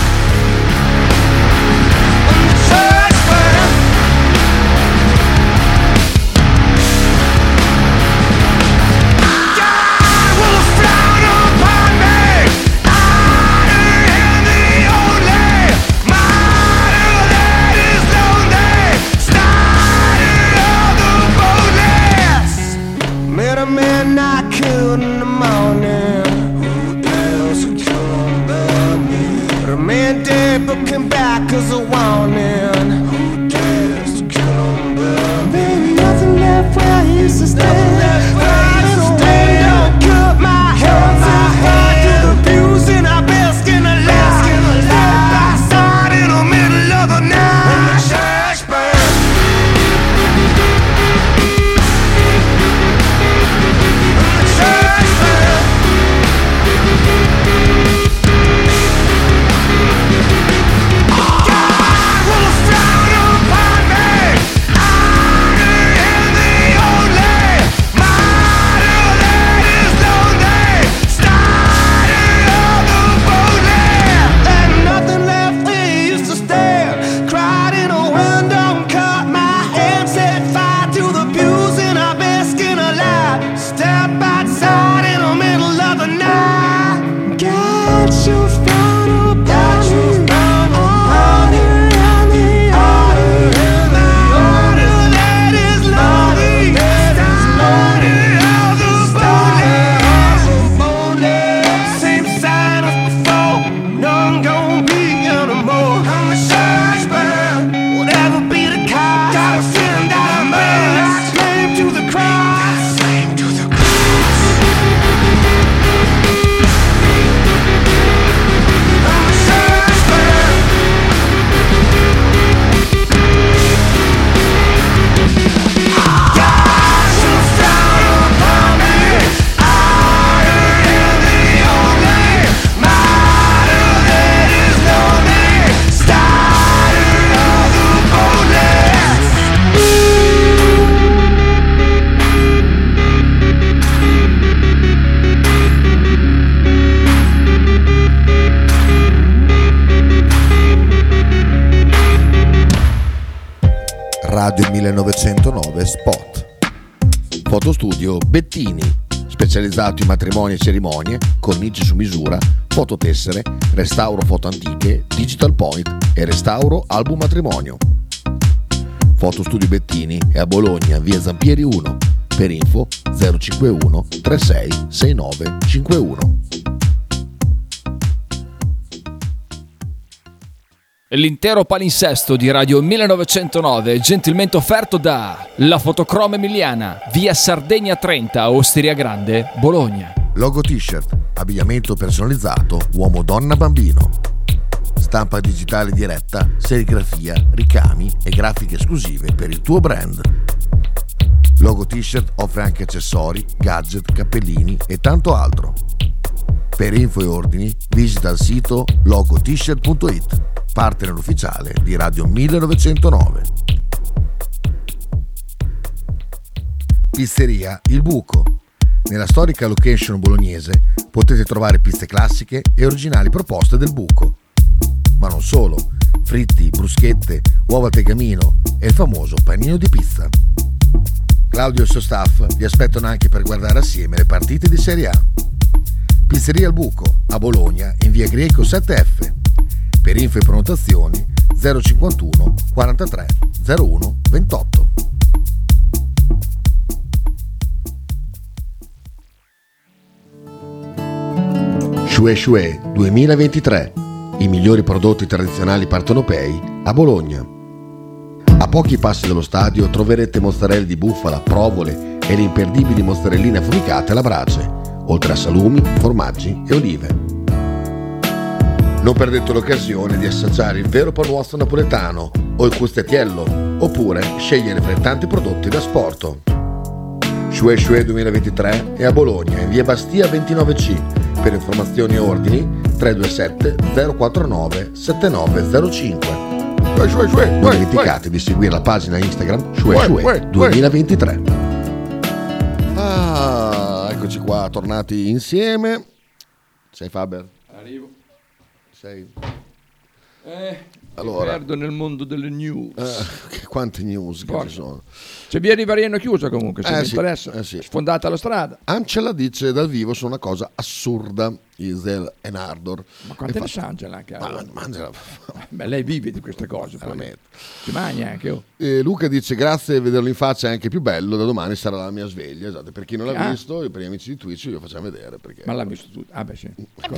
Met a man I killed in the morning. Who else would come but me? But a man dead but came back as a warning. Who dares to come but me? There's nothing left where I used to stay. I don't wanna cut my hands off to the views and I bask in the light. Side by side in the middle of the night. And the church burns. God will frown on Radio millenovecentonove Spot. Fotostudio Bettini, specializzato in matrimoni e cerimonie, cornici su misura, fototessere, restauro foto antiche, digital point e restauro album matrimonio. Fotostudio Bettini è a Bologna, via Zampieri uno. Per info zero cinquantuno trentasei sessantanove cinquantuno. L'intero palinsesto di Radio millenovecentonove è gentilmente offerto da La Fotocroma Emiliana, via Sardegna trenta, Osteria Grande, Bologna. Logo t-shirt, abbigliamento personalizzato, uomo, donna, bambino. Stampa digitale diretta, serigrafia, ricami e grafiche esclusive per il tuo brand. Logo t-shirt offre anche accessori, gadget, cappellini e tanto altro. Per info e ordini visita il sito logo t shirt punto it, partner ufficiale di Radio millenovecentonove. Pizzeria Il Buco. Nella storica location bolognese potete trovare pizze classiche e originali proposte del Buco. Ma non solo, fritti, bruschette, uova al tegamino e il famoso panino di pizza. Claudio e il suo staff vi aspettano anche per guardare assieme le partite di Serie A. Pizzeria Il Buco, a Bologna, in via Greco sette F. Per info e prenotazioni zero cinquantuno quarantatré zero uno ventotto. Shue Shue duemilaventitré, i migliori prodotti tradizionali partenopei a Bologna. A pochi passi dallo stadio troverete mozzarella di bufala, provole e le imperdibili mozzarelline affumicate alla brace, oltre a salumi, formaggi e olive. Non perdete l'occasione di assaggiare il vero panuozzo napoletano o il custettiello, oppure scegliere fra i tanti prodotti da sport. Shue Shue duemilaventitré è a Bologna, in via Bastia ventinove C. Per informazioni e ordini tre due sette zero quattro nove sette nove zero cinque. Shue Shue Shue, non dimenticate di seguire la pagina Instagram Shue Shue duemilaventitré. Ah, eccoci qua, tornati insieme. Sei Faber? Arrivo. Sei? Eh, allora, mi perdo nel mondo delle news. Eh, quante news che ci sono. C'è via di Variano chiusa comunque, se Eh vi sì, interessa. eh sì. Sfondata la strada. Angela dice dal vivo sono una cosa assurda, Isel e Nardor. Ma quante E ne fa- sa Angela anche? Ma, ma Angela, Beh, lei vive di queste cose. Poi. Ci mangia anche. Oh. E Luca dice grazie, vederlo in faccia è anche più bello, da domani sarà la mia sveglia. Esatto, per chi non l'ha Ah. visto, per gli amici di Twitch io facciamo vedere perché. Ma l'ha visto tutto. Ah beh sì.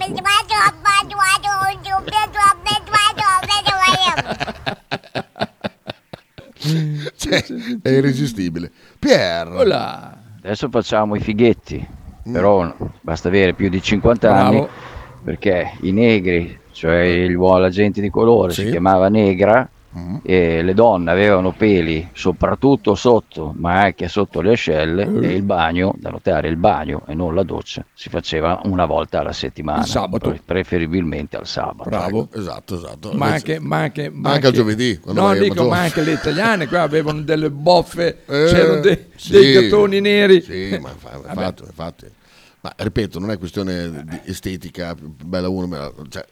Cioè, è irresistibile. Pier. Hola. Adesso facciamo i fighetti, però basta avere più di cinquanta Bravo. anni, perché i negri, cioè il, la gente di colore, Sì. si chiamava negra, Mm. e le donne avevano peli soprattutto sotto, ma anche sotto le ascelle, Mm. e il bagno, da notare il bagno e non la doccia, si faceva una volta alla settimana, Il sabato. pre- preferibilmente al sabato. Bravo. Esatto, esatto. Ma Invece- anche, ma anche, ma anche al giovedì, quando No, vai al dico, maggiore. ma anche le italiane qua avevano delle boffe, Eh, c'erano dei, sì. dei gattoni neri. Sì, ma fa- Vabbè. infatti, infatti. Ma ripeto, non è questione di estetica, più bella uno, bella- cioè,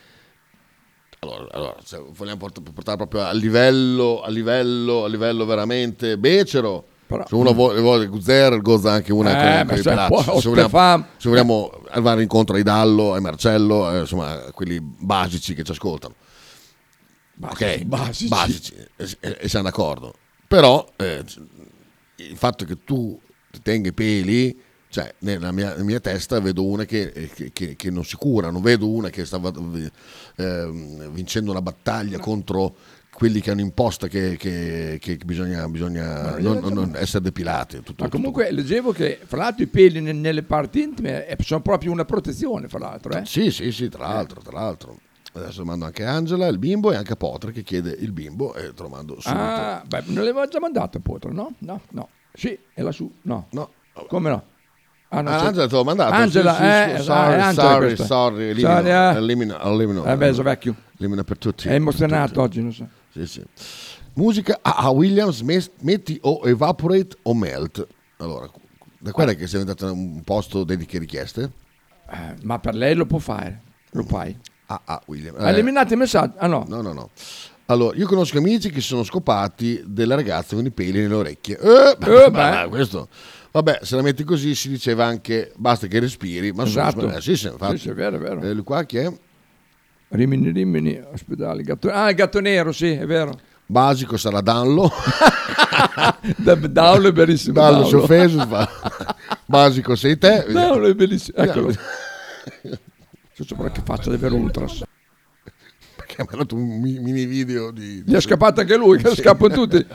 allora, allora, se vogliamo port- portare proprio a livello, a livello, a livello veramente becero. Però- Se uno vuole, vuole Guzer, gozza anche una Eh, con, ma con i sai, pelacci. poi, Se o vogliamo, Stefan- se vogliamo arrivare incontro ai Dallo, ai Marcello, eh, insomma, quelli basici che ci ascoltano. Basici, Ok, basici. basici, e, e- e siamo d'accordo. Però eh, il fatto che tu ti tenga i peli, cioè nella mia, nella mia testa vedo una che, che- che- che non si cura, non vedo una che stava eh, vincendo una battaglia contro quelli che hanno imposto che, che- che bisogna, bisogna non, non- non essere depilati. Tutto, Ma comunque leggevo che fra l'altro i peli ne- nelle parti intime eh, sono proprio una protezione, fra l'altro. Eh? Sì, sì, sì, tra l'altro, tra l'altro. Adesso mando anche a Angela, il bimbo, e anche a Potre che chiede il bimbo e te lo mando subito. Ah, beh, non l'avevo già mandato a Potre, no? No, no. Sì, è lassù, no. No. Come no? Ah, no, Ah, c'è- Angela te l'ho mandato. Angela, Sì, sì, eh, sì, eh, sorry, è Angela sorry, questa. sorry, elimino, Sorry, eh. elimino, elimino. Eh beh, sono vecchio. Elimino per tutti. È emozionato per tutti. oggi, non so. Sì, sì. Musica a a Williams, mes- metti o Evaporate o Melt. Allora, da quella che sei diventato un posto dediche richieste? Eh, ma per lei lo può fare, lo fai. A A Williams. Ha eliminato i messaggi? Ah no. No, no, no. Allora, io conosco amici che sono scopati della ragazza con i peli nelle orecchie. Eh, Eh, ma beh. questo... Vabbè, se la metti così si diceva anche basta che respiri. Ma Esatto. sono, eh, sì, sì, infatti. Sì, sì, è vero, è vero. Eh, lui qua chi è? Rimini, Rimini, ospedale, gatto... Ah, il gatto nero, sì, è vero. Basico sarà Danlo. Da- Danlo è bellissimo. Dallo si è Danlo. offeso. fa- Basico sei te. Danlo è bellissimo. Eccolo. Vediamo. So sopra che faccia davvero ultras. Perché mi ha dato un mi- mini video di... Gli è scappato anche lui, che Sì. scappano tutti.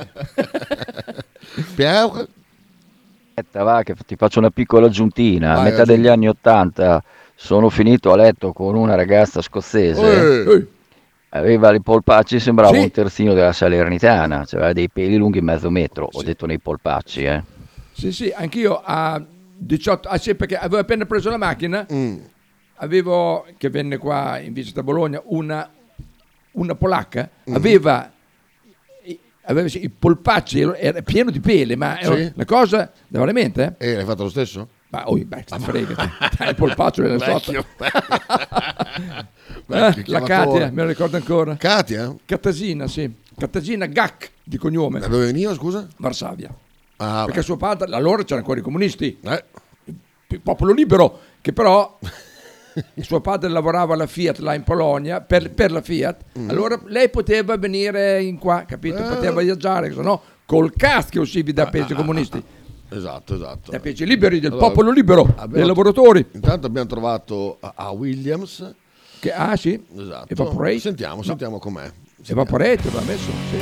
Pierre? Aspetta, va, che ti faccio una piccola aggiuntina. A Vai, metà aggiungi. degli anni Ottanta sono finito a letto con una ragazza scozzese. Eh. Aveva i polpacci, sembrava Sì. un terzino della Salernitana, cioè aveva dei peli lunghi mezzo metro. Ho detto nei polpacci, eh. Sì, sì, anch'io a diciotto, ah sì, perché avevo appena preso la macchina, Mm. avevo, che venne qua in visita a Bologna, una, una polacca, Mm. aveva, i- aveva sì, i polpacci, era- era pieno di peli, ma era Sì. una cosa, da veramente, eh? E l'hai fatto lo stesso? Ma oh, beh, ti frega, dai, il polpaccio nella Vecchio. sotto. Vecchio Eh, la chiamatore. Katia, me la ricordo ancora. Katia? Catasina, sì. Catasina Gac di cognome. Da dove veniva, scusa? Varsavia. Ah, Perché beh. suo padre, allora c'erano ancora i comunisti, Eh. il popolo libero, che però suo padre lavorava alla Fiat là in Polonia, per, per la Fiat, allora lei poteva venire in qua, capito? Mm. Eh. Poteva viaggiare, se no col cast che uscivi da paesi comunisti, Esatto, esatto. da paesi liberi, del Allora, popolo libero, abbiamo- dei lavoratori. Intanto abbiamo trovato a, a Williams. Che, ah sì, Esatto. Evaporate. Sentiamo, No. sentiamo com'è. Evaporate aveva messo, sì.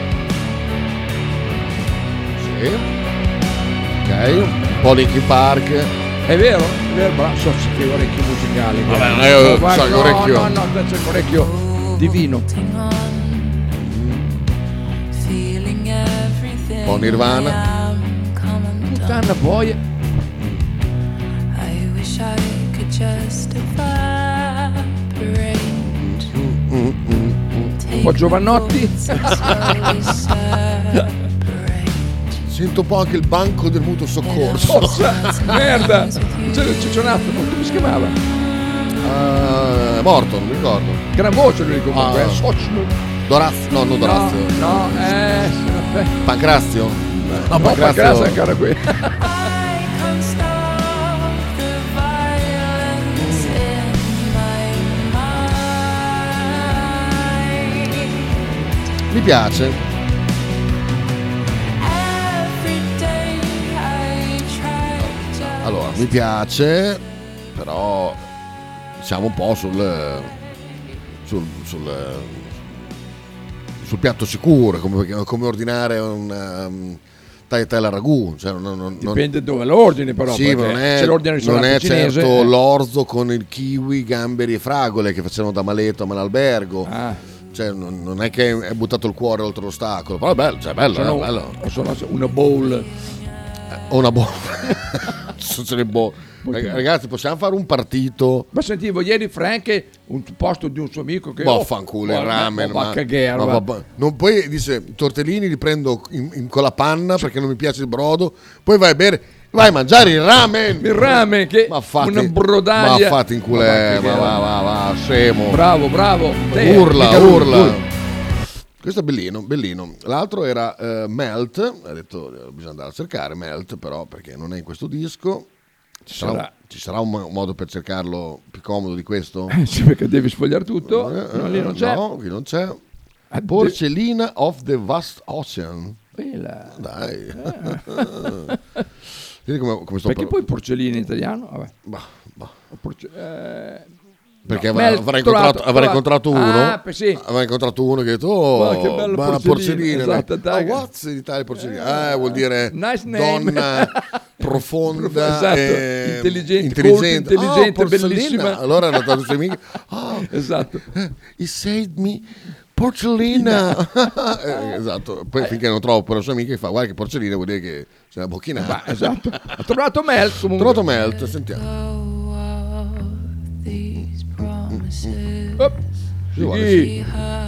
Sì. Ok. Un po' Linkin Park. È vero, è vero, bravo, so che orecchio musicale. Vabbè, guarda. non è un Guarda, sacco no, orecchio. No, no, no, c'è un orecchio divino. Un po' Nirvana. Puttana boia. Un po' Giovannotti. Sento un po' anche il banco del mutuo soccorso. Cosa? Merda. C'era il ciccionato, ma come si chiamava? Uh, morto, non mi ricordo. Gran voce lui comunque. Ah. eh, Socino. Dorazio, no, non Dorazio. No, no, eh, sì, vabbè. Pancrazio. No, no, Pancrazio è ancora qui. Mi piace. Allora, mi piace, però siamo un po' sul sul, sul, sul piatto sicuro, come, come ordinare un um, tagliatella ragù. Cioè non, non, Dipende dove lo ordini però, sì, ma perché non è, se lo ordini al non è ristorante cinese, certo eh. l'orzo con il kiwi, gamberi e fragole che facevano da maletto a Malalbergo. Ah. Cioè, non, non è che è buttato il cuore oltre l'ostacolo, però è bello, cioè, bello, Sono- eh, bello. sono una bowl. O una bomba. Sono le bo- Ragazzi, possiamo fare un partito? Ma sentivo ieri Frank un posto di un suo amico che Vaffanculo, oh, il ramen. ma, ma- cagare, ma va. vabbè. Non poi dice i tortellini li prendo in, in- con la panna perché non mi piace il brodo. Poi vai a bere, vai a mangiare il ramen. Il ramen che ma fatti, una brodaglia. Ma fatti in culè, Ma ma va, va, va, va, scemo. Bravo, bravo. Te, Urla, mica lui, urla. lui. Questo è bellino, bellino. L'altro era eh, Melt. Ha detto eh, bisogna andare a cercare Melt, però perché non è in questo disco. Ci sarà, Sarà. ci sarà un, mo- un modo per cercarlo più comodo di questo? Eh, sì, perché devi sfogliare tutto. Eh, no, lì non c'è. No, qui non c'è. Ah, Porcellina of the Vast Ocean. Bella. Dai. Vedi come, come sto Perché par- poi porcellina in italiano? Vabbè. Bah, bah. Porce- eh, Perché no, avrà, Mel- avrà trovato, incontrato, avrà trovato. incontrato uno. Ah, per- sì. Avrà incontrato uno che ha detto: Oh, Ma che bella ma la porcellina, porcellina. esatto, Ah, dai. what's in Italia porcellina? Eh, vuol dire Nice name. donna profonda, Esatto, e intelligente, intelligente, colta, intelligente, Ah, porcellina. bellissima. Allora hanno dato i suoi amici. Oh, Esatto. he saved me. Porcellina. Eh, esatto. Poi finché non trovo per la sua amica che fa guarda che porcellina vuol dire che c'è una bocchinata. Ma, esatto. Ho trovato Mel Ho comunque. trovato Melt, sentiamo. Oh, Sì, guarda, sì. sì.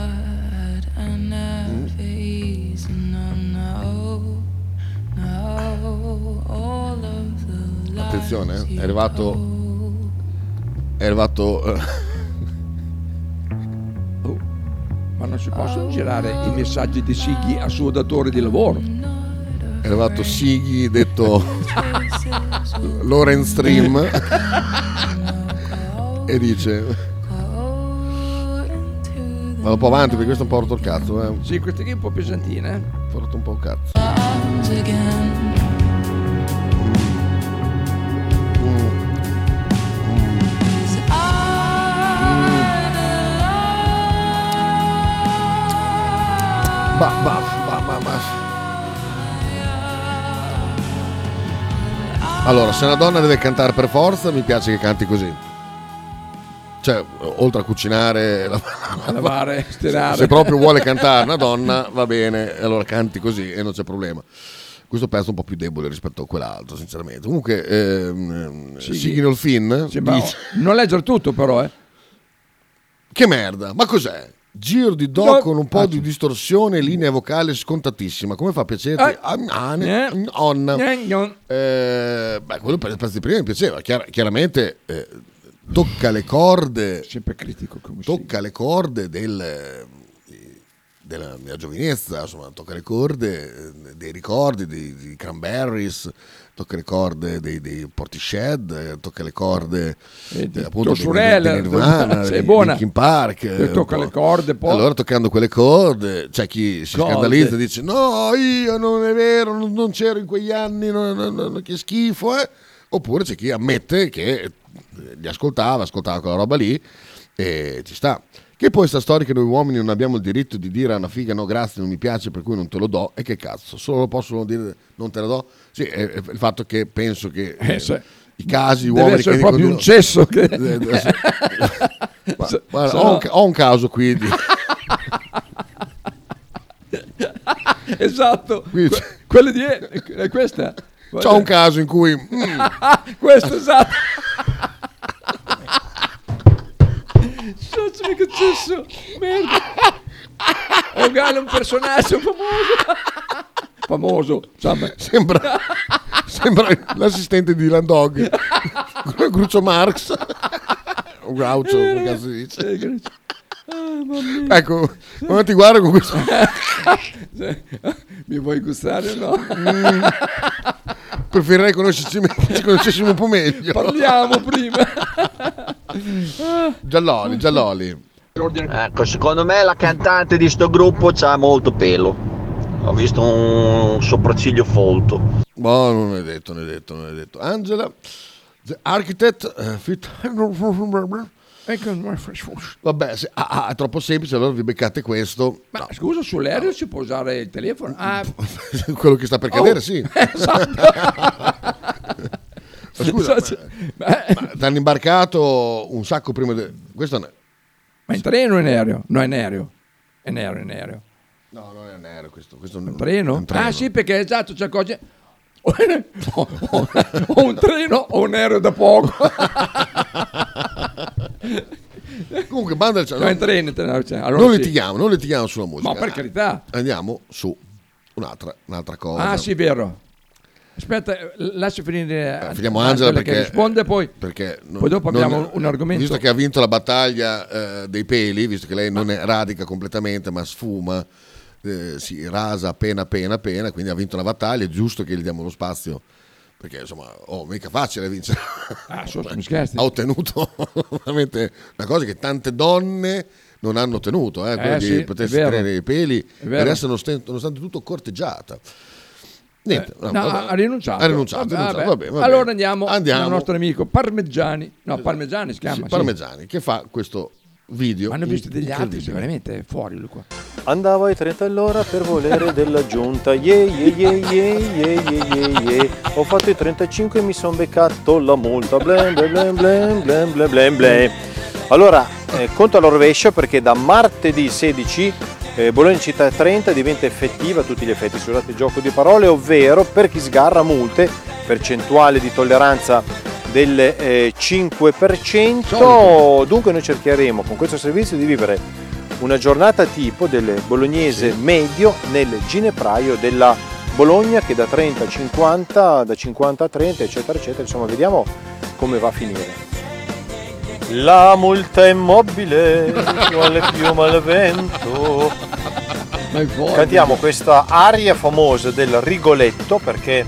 Attenzione, eh, è arrivato è arrivato eh, Oh, ma non si possono girare i messaggi di Sighi al suo datore di lavoro. È arrivato Sighi, detto Lorenz Stream, e dice: vado un po' avanti perché questo è un po' rotto il cazzo. Eh. Sì, queste qui è un po' pesantine. Eh? Ho rotto un po' il cazzo. Bah, bah, bah, bah, bah. Allora, se una donna deve cantare per forza, mi piace che canti così. Cioè, oltre a cucinare, a lavare, stirare. Se proprio vuole cantare una donna, va bene, allora canti così e non c'è problema. Questo pezzo è un po' più debole rispetto a quell'altro, sinceramente. Comunque, ehm, sì, Sighi Dolphin sì, dice... non leggere tutto, però, eh. Che merda, ma cos'è? Giro di do no. con un po' ah, di distorsione, linea vocale scontatissima. Come fa a piacerti? Eh. Ah, ah, ne, Eh. on. Eh. Eh, beh, quello per il pezzo di prima mi piaceva. Chiar- chiaramente eh, tocca le corde. Sempre critico come Tocca le corde del, della mia giovinezza, insomma, tocca le corde dei ricordi dei, dei Cranberries, tocca le corde dei, dei Portishead, tocca le corde eh, eh, appunto dei, dei Nirvana, sei di buona. Linkin Park. Eh, tocca le corde poi. Allora, toccando quelle corde, c'è chi si Corde. scandalizza e dice: no, io non è vero, non, non c'ero in quegli anni, non, non, non, che schifo, eh. Oppure c'è chi ammette che li ascoltava, ascoltava quella roba lì e ci sta. Che poi sta storia che noi uomini non abbiamo il diritto di dire a una figa no grazie, non mi piace, per cui non te lo do, e che cazzo, solo lo possono dire non te lo do? Sì, è, è il fatto che penso che eh, eh, i casi deve uomini essere che proprio dicono, un cesso che... Ma, guarda, ho, un, ho un caso qui di... esatto, Qui que- quello di è questa. C'ho un caso in cui mm, questo esatto. Cazzo, che cesso, merda. È uguale a un personaggio famoso. Famoso, insomma. Sembra, sembra l'assistente di Dylan Dog, Groucho Marx. O Groucho, come cazzo si dice? Ah, ecco, come ti guardo con questo. Mi vuoi gustare o no? Mm, preferirei conoscerci, ci conoscessimo un po' meglio. Parliamo prima. Gialloli, Gialloli. Ecco, secondo me la cantante di sto gruppo c'ha molto pelo. Ho visto un sopracciglio folto. Boh, non è detto, non è detto, non è detto. Angela, the architect, uh, fit... Vabbè, se ah, ah, è troppo semplice, allora vi beccate questo. Ma no. scusa, sull'aereo no. si può usare il telefono? Ah. Quello che sta per cadere, oh. sì. Esatto. Ma scusa, ma, ma ti hanno imbarcato un sacco prima di... Questo non è... Ma in treno o in aereo? No, in aereo. In aereo, in aereo. No, non è in aereo questo. questo un non... treno? un treno? Ah sì, perché esatto, c'è cose... o, o, o un treno o un aereo da poco. Comunque banda no, in treno, in treno cioè, allora non sì. litighiamo non litighiamo sulla musica, ma per carità andiamo su un'altra, un'altra cosa. Ah sì, vero. Aspetta, lascia finire eh, finiamo Angela perché che risponde poi perché non, poi dopo abbiamo non, un argomento. Visto che ha vinto la battaglia eh, dei peli, visto che lei non è radica completamente ma sfuma, eh, si rasa appena appena appena, quindi ha vinto la battaglia, è giusto che gli diamo lo spazio. Perché insomma, oh, mica facile vincere. Ah, mi scherzi. Ha ottenuto veramente una cosa che tante donne non hanno ottenuto, eh, quello eh, di sì, potersi tenere i peli e adesso nonostante tutto corteggiata. Niente, eh, no, no, vabbè. ha rinunciato. Ha rinunciato, vabbè, rinunciato. vabbè. Vabbè, vabbè. Allora andiamo, andiamo dal nostro amico Parmigiani. No, Parmigiani si chiama. Sì, sì. Parmigiani, che fa questo video. Ma hanno visto degli altri, veramente fuori lui qua. Andavo ai trenta all'ora per volere della giunta, yeah, yeah, yeah, yeah, yeah, yeah, yeah, yeah. Ho fatto i trentacinque e mi son beccato la multa, blem, blem, blem, blem, blem, blem, blem, blem. Allora, eh, conto alla rovescia perché da martedì sedici eh, Bologna Città trenta diventa effettiva a tutti gli effetti, scusate il gioco di parole, ovvero per chi sgarra multe, percentuale di tolleranza del eh, cinque per cento. Dunque noi cercheremo con questo servizio di vivere una giornata tipo del bolognese sì. medio nel ginepraio della Bologna, che da trenta a cinquanta, da cinquanta a trenta eccetera eccetera, insomma vediamo come va a finire. La multa immobile, quale piuma al vento. Cantiamo questa aria famosa del Rigoletto perché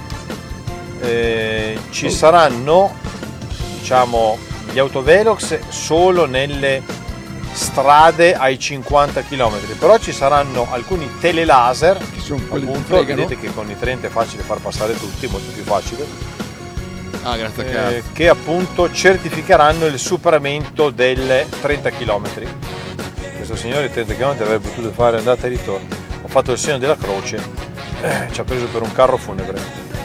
eh, ci saranno, diciamo, gli autovelox solo nelle strade ai cinquanta chilometri, però ci saranno alcuni telelaser, che sono appunto, vedete che con i trenta è facile far passare tutti, molto più facile. Ah, grazie a eh, cazzo. che appunto certificheranno il superamento delle trenta chilometri. Questo signore trenta chilometri avrebbe potuto fare andata e ritorno. Ho fatto il segno della croce, eh, ci ha preso per un carro funebre.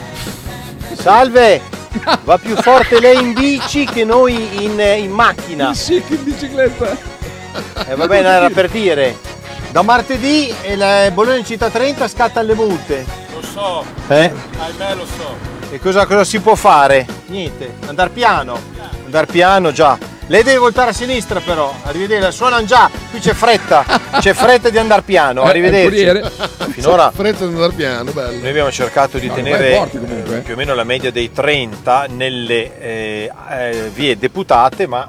Salve! Va più forte lei in bici che noi in, in macchina. Sì, che in bicicletta. Eh, va bene, era per dire. Da martedì il Bologna Città trenta scatta le multe. Lo so, Eh? ahimè lo so. E cosa, cosa si può fare? Niente, andar piano. Andar piano già. Lei deve voltare a sinistra però, arrivederci, suonano già, qui c'è fretta, c'è fretta di andar piano, arrivederci. Finora fretta di andar piano, bello. Noi abbiamo cercato di No, tenere forte comunque, eh. più o meno la media dei trenta nelle eh, eh, vie deputate, ma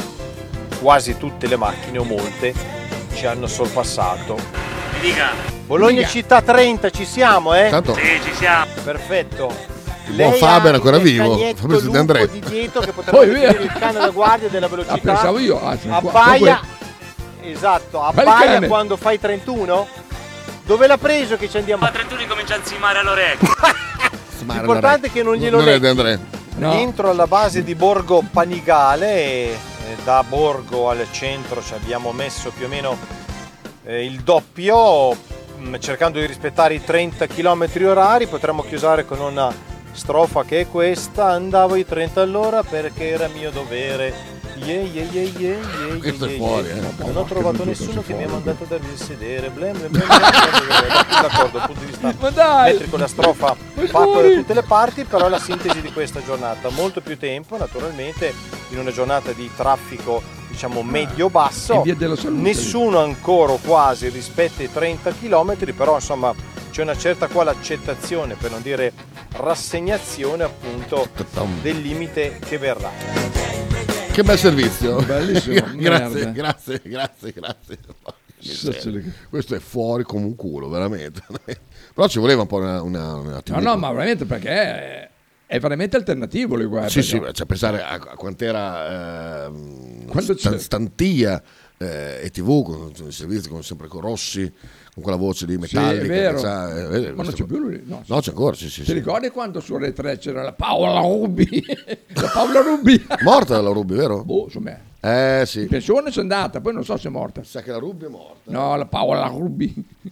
quasi tutte le macchine o molte ci hanno sorpassato. Mi dica. Bologna Dica. Città trenta, ci siamo, eh? Tanto- Sì, ci siamo. Perfetto. Il buon Fabio era ancora vivo, Fabrizio De André. Di dietro che potrebbe Poi via. vedere il cane da guardia della velocità. Ah, pensavo io, ah, sono qua- abbaia. qua- Esatto, Quale abbaia cane? quando fai trentuno. Dove l'ha preso che ci andiamo? Ma trentuno comincia a zimare all'orecchio. L'importante è che non glielo Non è De leggi. André. Entro alla base di Borgo Panigale e eh, da Borgo al centro ci abbiamo messo più o meno eh, il doppio, mh, cercando di rispettare i trenta chilometri orari. Potremmo chiusare con una strofa che è questa: andavo i trenta all'ora perché era mio dovere. Yeah, yeah, yeah, yeah, yeah, Questo è yeah, fuori, yeah. eh. Non No, ho trovato che nessuno brutto, che mi ha fuori. mandato a darvi il sedere. Blem, blem, blem, blem, blem, blem. D'accordo, dal punto di vista Ma dai! metrico la strofa Ma fatta da fuori! tutte le parti, però è la sintesi di questa giornata. Molto più tempo, naturalmente, in una giornata di traffico, diciamo, medio-basso. in via della salute. Nessuno ancora o quasi rispetta i trenta chilometri, però insomma c'è una certa quale accettazione, per non dire rassegnazione, appunto, del limite che verrà. Che bel servizio. Bellissimo, grazie, merda. grazie, grazie, grazie. Sì, sì. Questo è fuori come un culo, veramente. Però ci voleva un po' una, una, un No, attimo. no, ma veramente perché è, è veramente alternativo lui guarda. Sì, sì, cioè pensare a, a quant'era ehm, Quanto Stan- c'è? Stantia eh, e tivù, con, con i servizi con, sempre con Rossi, con quella voce di Sì, metallica. è vero. che c'ha, eh, vedi, Ma non questo- c'è più lui? No, No, c'è ancora, sì, sì. Ti sì. ricordi quando su Rai tre c'era la Paola Rubi? La Paola Rubi. Morta la Rubi, vero? Boh, insomma. Eh sì. In pensione c'è andata, poi non so se è morta. Sa che la Rubi è morta. No, la Paola Rubi.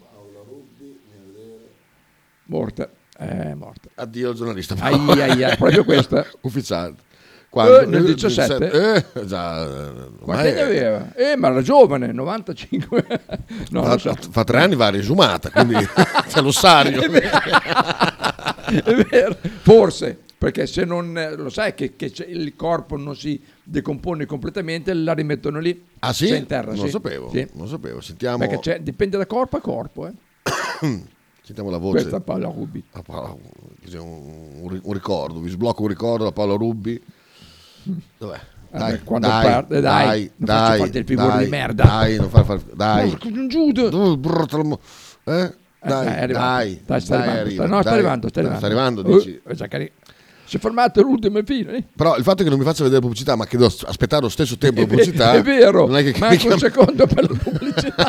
Morta. Eh, morta. Addio al giornalista. Ai, ai, ai, proprio questa. Ufficiale. Eh, nel diciassette? Eh, già. eh, Quanti ormai anni è- aveva? Eh, ma era giovane, novantacinque. No, fa, non so. fa tre anni va resumata, quindi c'è l'ossario. È vero. È vero. Forse, perché se non eh, lo sai che, che c'è- il corpo non si decompone completamente, la rimettono lì. Ah sì? C'è in terra, Non sì. lo sapevo, Sì. non lo sapevo. Sentiamo, Perché c'è- dipende da corpo a corpo. Eh. sentiamo la voce. Questa è Paola Rubi. Ah, Paola- così un, un ri- un ricordo, vi sblocco un ricordo da Paolo Rubbi. Dov'è? Dai, Vabbè, quando dai, parte- dai, dai, non faccio dai, fare del figure dai, di merda. Dai, non far, far, dai. Porco Giuda. Tu, brutto l'amo- Eh? Eh, Dai, è arrivato. dai, Dai, sta dai, arrivando, arriva, sta- no, sta dai. arrivando, sta arrivando. Sta arrivando, Uh, dici. è già cari- Si è fermato l'ultimo fine. eh. Però il fatto che non mi faccia vedere la pubblicità, ma che devo aspettare lo stesso tempo la È ve- pubblicità, è vero, non è che manca un secondo per la pubblicità.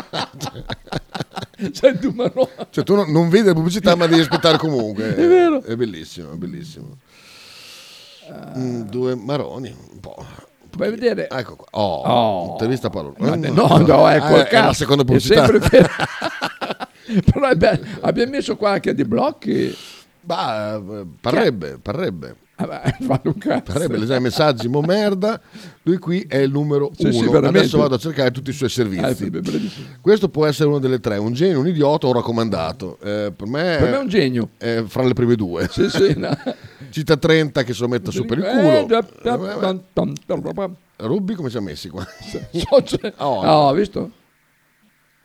Sei tu, ma no. Cioè tu non, non vedi la pubblicità ma devi aspettare comunque. È vero. È bellissimo, è bellissimo. Mm, due maroni, un po'. Vai a vedere. Ecco qua. Oh, Oh. intervista a Paolo. Ma ne- no, no, ecco, Ah, il è cazzo. la seconda È pubblicità. sempre vero. Però è bello. Abbiamo messo qua anche dei blocchi. Bah, eh, parrebbe, parrebbe. Ah, beh, fanno un cazzo. Parrebbe leggere i messaggi, mo merda. Lui qui è il numero Sì, sì, uno. veramente. Adesso vado a cercare tutti i suoi servizi. Eh, sì, beh, bravissimo. Questo può essere uno delle tre: un genio, un idiota o un raccomandato. Eh, per me, Per me è un genio. È fra le prime due. Sì, sì, no. Città trenta che se lo metta su per il Eh, culo. già, già, tam, tam, tam, tam. Rubbi come ci ha messi qua? So- c'è- Oh, Oh, visto?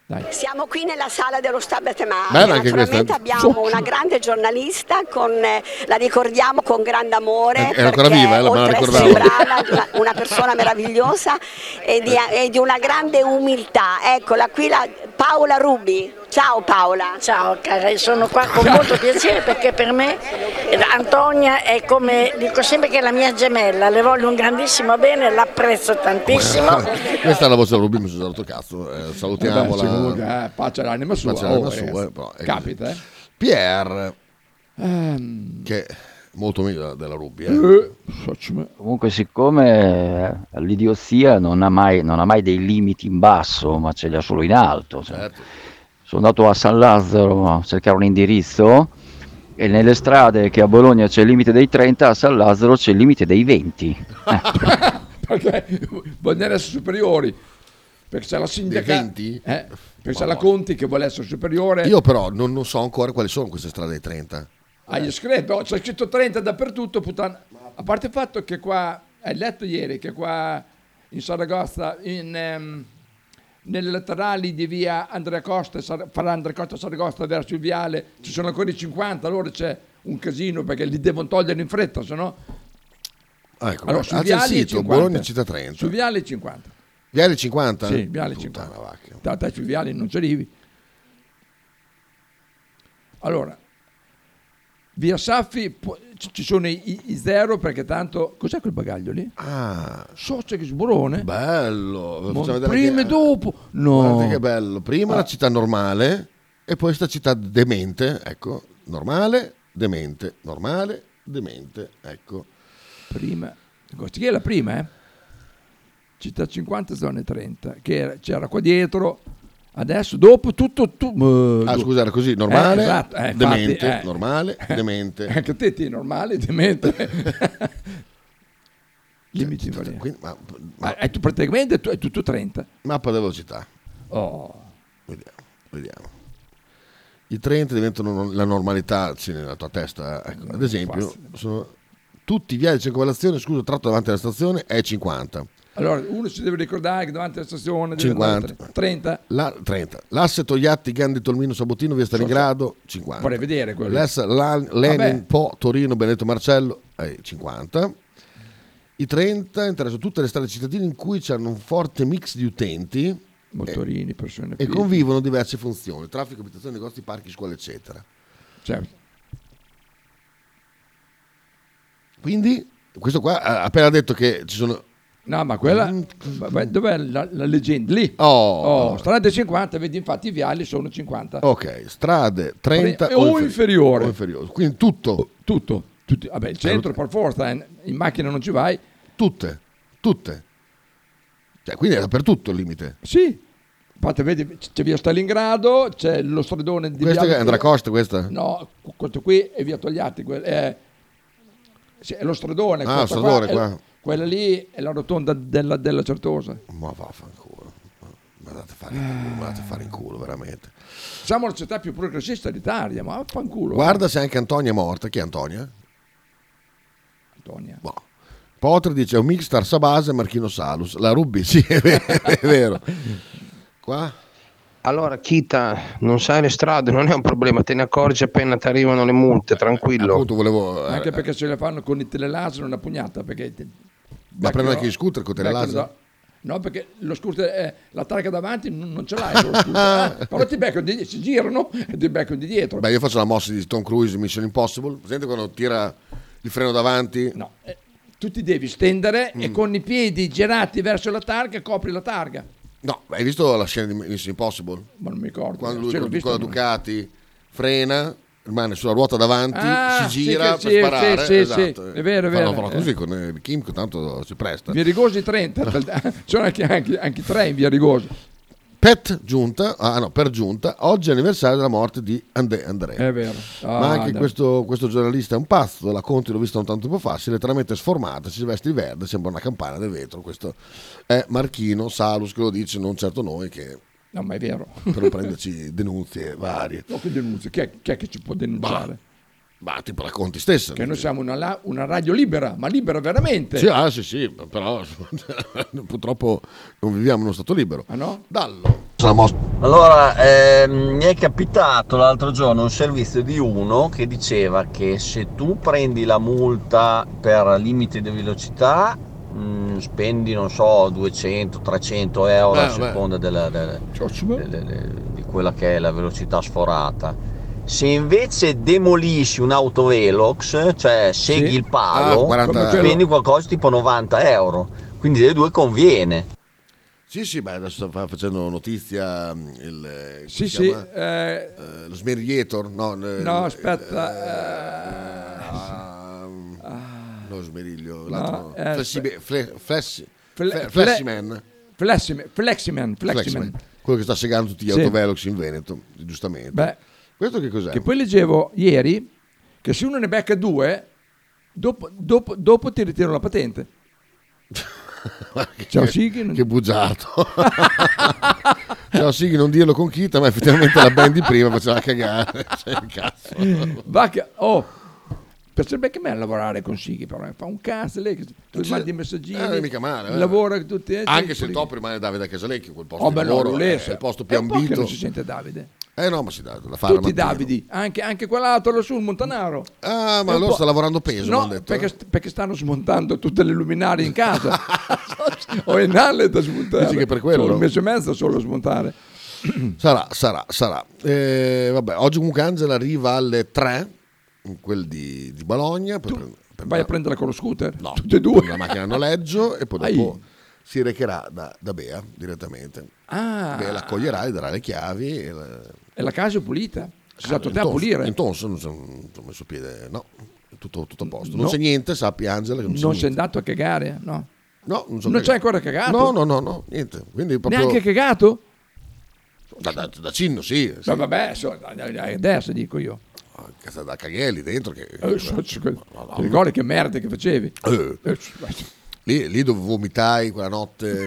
Dai. Siamo qui nella sala dello Stabattemare. Bella anche Naturalmente questa. abbiamo una grande giornalista, con, eh, la ricordiamo con grande amore. È- è ancora perché viva, eh, la- me la oltre a ricordavo. essere brava, una, una persona meravigliosa e di, e di una grande umiltà. Eccola qui, la, Paola Rubi. Ciao Paola. Ciao cara, sono qua con molto piacere perché per me Antonia è come, dico sempre che è la mia gemella, le voglio un grandissimo bene, l'apprezzo tantissimo. Questa è la voce Rubi, mi sono dato cazzo. Eh, salutiamola. Vabbè, comunque, eh, pace all'anima sua. Pace all'anima oh, sua, ragazzi. eh, però, è Capita, eh. Pierre, Ehm, che è molto meglio della Rubi. Eh. eh, Comunque, siccome eh, l'idiozia non ha, mai, non ha mai dei limiti in basso, ma ce li ha solo in alto. cioè. Certo. Sono andato a San Lazzaro a cercare un indirizzo e nelle strade che a Bologna c'è il limite dei trenta, a San Lazzaro c'è il limite dei venti. Perché vogliono essere superiori. Perché c'è la sindaca. Dei venti? Eh, perché c'è la Conti che vuole essere superiore. Io però non, non so ancora quali sono queste strade dei trenta. Hai scritto, oh, c'è scritto trenta dappertutto, puttana. A parte il fatto che qua, hai letto ieri che qua in Saragozza, in, ehm, nelle laterali di via Andrea Costa, Sar- fra Andrea Costa e Saragozza verso il viale, ci sono ancora i cinquanta, allora c'è un casino perché li devono togliere in fretta, se no... Ah, ecco, Allora, sui alza il viali sito, cinquanta. Bologna Città trenta. Sui viali cinquanta. Viale cinquanta? Sì, viale Puttana cinquanta. vacca. Da te sui viali non ci arrivi. Allora, via Saffi pu- ci ci sono i, i- i zero perché tanto... Cos'è quel bagaglio lì? Ah, Socia che sborone. bello. Mo- Facciamo vedere prima che- e dopo. No. Guardate che bello. Prima Ah. la città normale e poi sta città demente. Ecco, normale, demente, normale, demente. Ecco. Prima. Questa qui è la prima, eh? Città cinquanta, zone trenta. Che era- c'era qua dietro. Adesso, dopo, tutto... Tu, uh, Ah, do- scusa, era così, normale, Eh, esatto, eh, demente, infatti, eh. normale, demente. Anche te ti normale, demente. Limiti in variante. Quindi, ma, Ma è tu- praticamente è tu- è tutto trenta. mappa della velocità. Oh. Vediamo, vediamo. I trenta diventano la normalità sì, nella tua testa. Ecco, ad esempio, sono tutti i viali di circolazione, scusa, tratto davanti alla stazione è cinquanta. Allora, uno si deve ricordare che davanti alla stazione deve cinquanta. andare trenta. La, trenta. L'asse Togliatti, Gandhi, Tolmino, Sabotino, via Stalingrado, cinquanta. Vorrei vedere quello. L'asse Lan- Lenin, Vabbè. Po, Torino, Benedetto Marcello, è cinquanta. I trenta interessano tutte le strade cittadine in cui c'hanno un forte mix di utenti Motorini, persone e fighe. convivono diverse funzioni, traffico, abitazioni, negozi, parchi, scuole, eccetera. Certo. Quindi, questo qua ha appena detto che ci sono... No, ma quella... vabbè, dov'è la, la leggenda? Lì. Oh. Oh, strade cinquanta, vedi, infatti i viali sono cinquanta. Ok, strade trenta Pre- o inferiore. o inferiore. Quindi tutto. Tutto. Tutti. Vabbè, il centro per forza, eh, in macchina non ci vai. Tutte, tutte. Cioè, quindi è dappertutto il limite. Sì. Infatti, vedi, c'è via Stalingrado, c'è lo stradone di Questa via... è Andrea Costa, questa? No, questo qui è via Togliatti, quel- è, sì, è lo stradone. Ah, questa lo stradone è- qua. Quella lì è la rotonda della, della Certosa. Ma vaffanculo. Ma andate a fare in culo, ma andate a fare in culo, veramente. Siamo la città più progressista d'Italia, ma fanculo. Guarda se anche Antonia è morta. Chi è Antonia? Antonia. Boh. Potre dice un mix tra Sabasa e Marchino Salus. La Rubi, sì, è vero. È vero. Qua? Allora, Kita, non sai le strade, non è un problema, te ne accorgi appena ti arrivano le multe, tranquillo. Appunto volevo... eh, Anche perché se le fanno con i telelaser una pugnata, perché... Ma prendono anche gli scooter con i telelaser? No, perché lo scooter, eh, la targa davanti non, non ce l'hai, lo scooter, eh. Però ti beccano di, si girano e ti beccano di dietro. Beh, io faccio la mossa di Tom Cruise in Mission Impossible. Presente quando tira il freno davanti? No, eh, tu ti devi stendere Mm. e con i piedi girati verso la targa copri la targa. No, hai visto la scena di Mission Impossible? Ma non mi ricordo. Quando lui Sì, l'ho con, visto, con la ma- Ducati frena, rimane sulla ruota davanti, Ah, si sì, gira che- per sì, sparare. sì, sì, esatto. sì, è vero, è Fanno- vero. fanno così con il Kim, che tanto si presta. Via Rigosi trenta, sono anche, anche, anche tre in via Rigosi. Pet giunta, ah no, per giunta, oggi è anniversario della morte di Ande Andrea. È vero. Ah, Ma anche dai. questo, questo giornalista è un pazzo, la Conti l'ho vista un tanto tempo fa, si è letteralmente sformata, si veste di verde, sembra una campana del vetro. Questo è Marchino Salus che lo dice, non certo noi che No, ma è vero. per non prenderci denunzie varie. No, che denunzie? Chi è, chi è che ci può denunciare? Ma tipo la Conti stessa. Che noi siamo una, la- una radio libera, ma libera veramente. Sì, ah, sì, sì, però purtroppo non viviamo in uno stato libero. Ah no? Dallo. Allora, ehm, mi è capitato l'altro giorno un servizio di uno che diceva che se tu prendi la multa per limite di velocità mh, spendi, non so, duecento trecento euro Beh, a seconda della, della- delle- delle- di quella che è la velocità sforata. Se invece demolisci un autovelox, cioè segui Sì. il palo, Ah, quaranta spendi qualcosa tipo novanta euro. Quindi delle due conviene. Sì, sì, beh, adesso sta facendo notizia mm, il eh, come Sì, si sì, chiama? eh, Eh, lo smerigliator, no, eh, no, eh, aspetta. eh, ah, lo smeriglio, l'altro, eh, flessibe- fle- flessi- Fle- fle- fle- Fleximan. Fleximan, Fleximan, Fleximan. Fleximan, quello che sta segando tutti gli Sì. autovelox in Veneto, giustamente. Beh, questo che cos'è? Che poi leggevo ieri che se uno ne becca due, dopo, dopo, dopo ti ritirano la patente. Ciao Sighi. non- Che bugiardo. Ciao Sighi, non dirlo con Kita, ma effettivamente la band di prima faceva cagare. Cioè, cazzo. Va che, oh, piacerebbe anche a me lavorare con Sighi, però fa un cazzo lei che tu Sì. mandi i messaggini, Eh, mica male, eh. lavora tutti eh, Anche sì, se il quelli- top rimane Davide Casalecchio, quel posto Oh, di beh, no, lavoro Rulè, è il posto più è un po' che ambito. non si sente Davide. Eh no, ma si dà da fare Tutti al mattino. Davidi, anche, anche quell'altro lassù, il Montanaro. Ah, ma È un allora po'- sta lavorando peso, No, m'han detto, perché, eh. st- perché stanno smontando tutte le luminarie in casa. Ho in alle da smontare. Dici che per quello? Sono un mese e mezzo solo a smontare. Sarà, sarà, sarà. Eh, vabbè, oggi comunque Angela arriva alle tre, in quel di, di Bologna. Per prendere- per Vai a andare- prenderla con lo scooter? No, tutte e due. la macchina a noleggio e poi Ai. dopo si recherà da, da Bea direttamente. Ah. Bea l'accoglierà, gli darà le chiavi. E, la... E la casa è pulita? Sei stato in te a tonso- pulire? In tonso non sono ho messo piede, no, è tutto, tutto a posto. Non No. c'è niente, sappi Angela che non c'è Non niente. sei andato a cagare? No. No, non, so Non cagato. c'hai ancora cagato? No, no, no, no, niente. Quindi proprio... Neanche cagato? Da, da, da Cinno, sì. sì. Ma vabbè, so- adesso dico io. Cazzo, da Caghelli dentro che... Eh, so- so- Ti ricordi che merda che facevi? Eh. Eh, Lì, lì dove vomitai quella notte,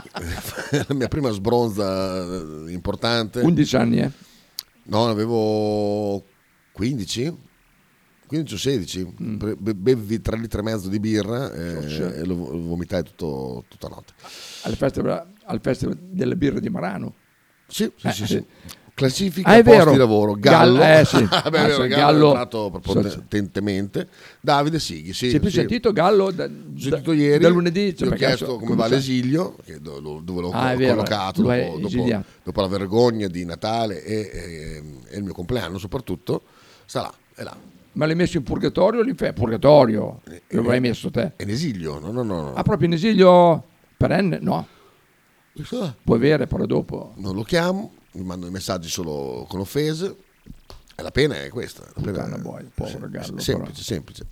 la mia prima sbronza eh, importante. undici anni, eh? No, ne avevo quindici, quindici o sedici. Mm. Pre- be- bevi tre litri e mezzo di birra e, Sì. e lo, lo vomitai tutto, tutta la notte. Al festival, al festival delle birre di Marano. Sì, sì, Eh, sì, sì. sì. Classifica Ah, è posti vero. di lavoro. Gallo, Gallo, eh, sì. Ah, beh, Ah, è vero, sì, Gallo, Gallo- è entrato prepotentemente. Davide Sighi, sì. Si è più sì. sentito Gallo da, Ho da, sentito ieri, da lunedì? gli ho perché chiesto adesso- come va sai? l'esilio, che do- lo- dove l'ho Ah, è vero, collocato lo hai dopo, dopo, esiliato. dopo la vergogna di Natale e, e- e il mio compleanno soprattutto, sta là, è là. Ma l'hai messo in purgatorio o l'inferno? Purgatorio, dove l'hai messo te? È in esilio, no, no, no. no. Ah, proprio in esilio perenne? No. Puoi avere però dopo. Non lo chiamo, mi mando i messaggi solo con offese, e la pena è questa. La pena Puttana boia, povero Gallo, semplice, semplice.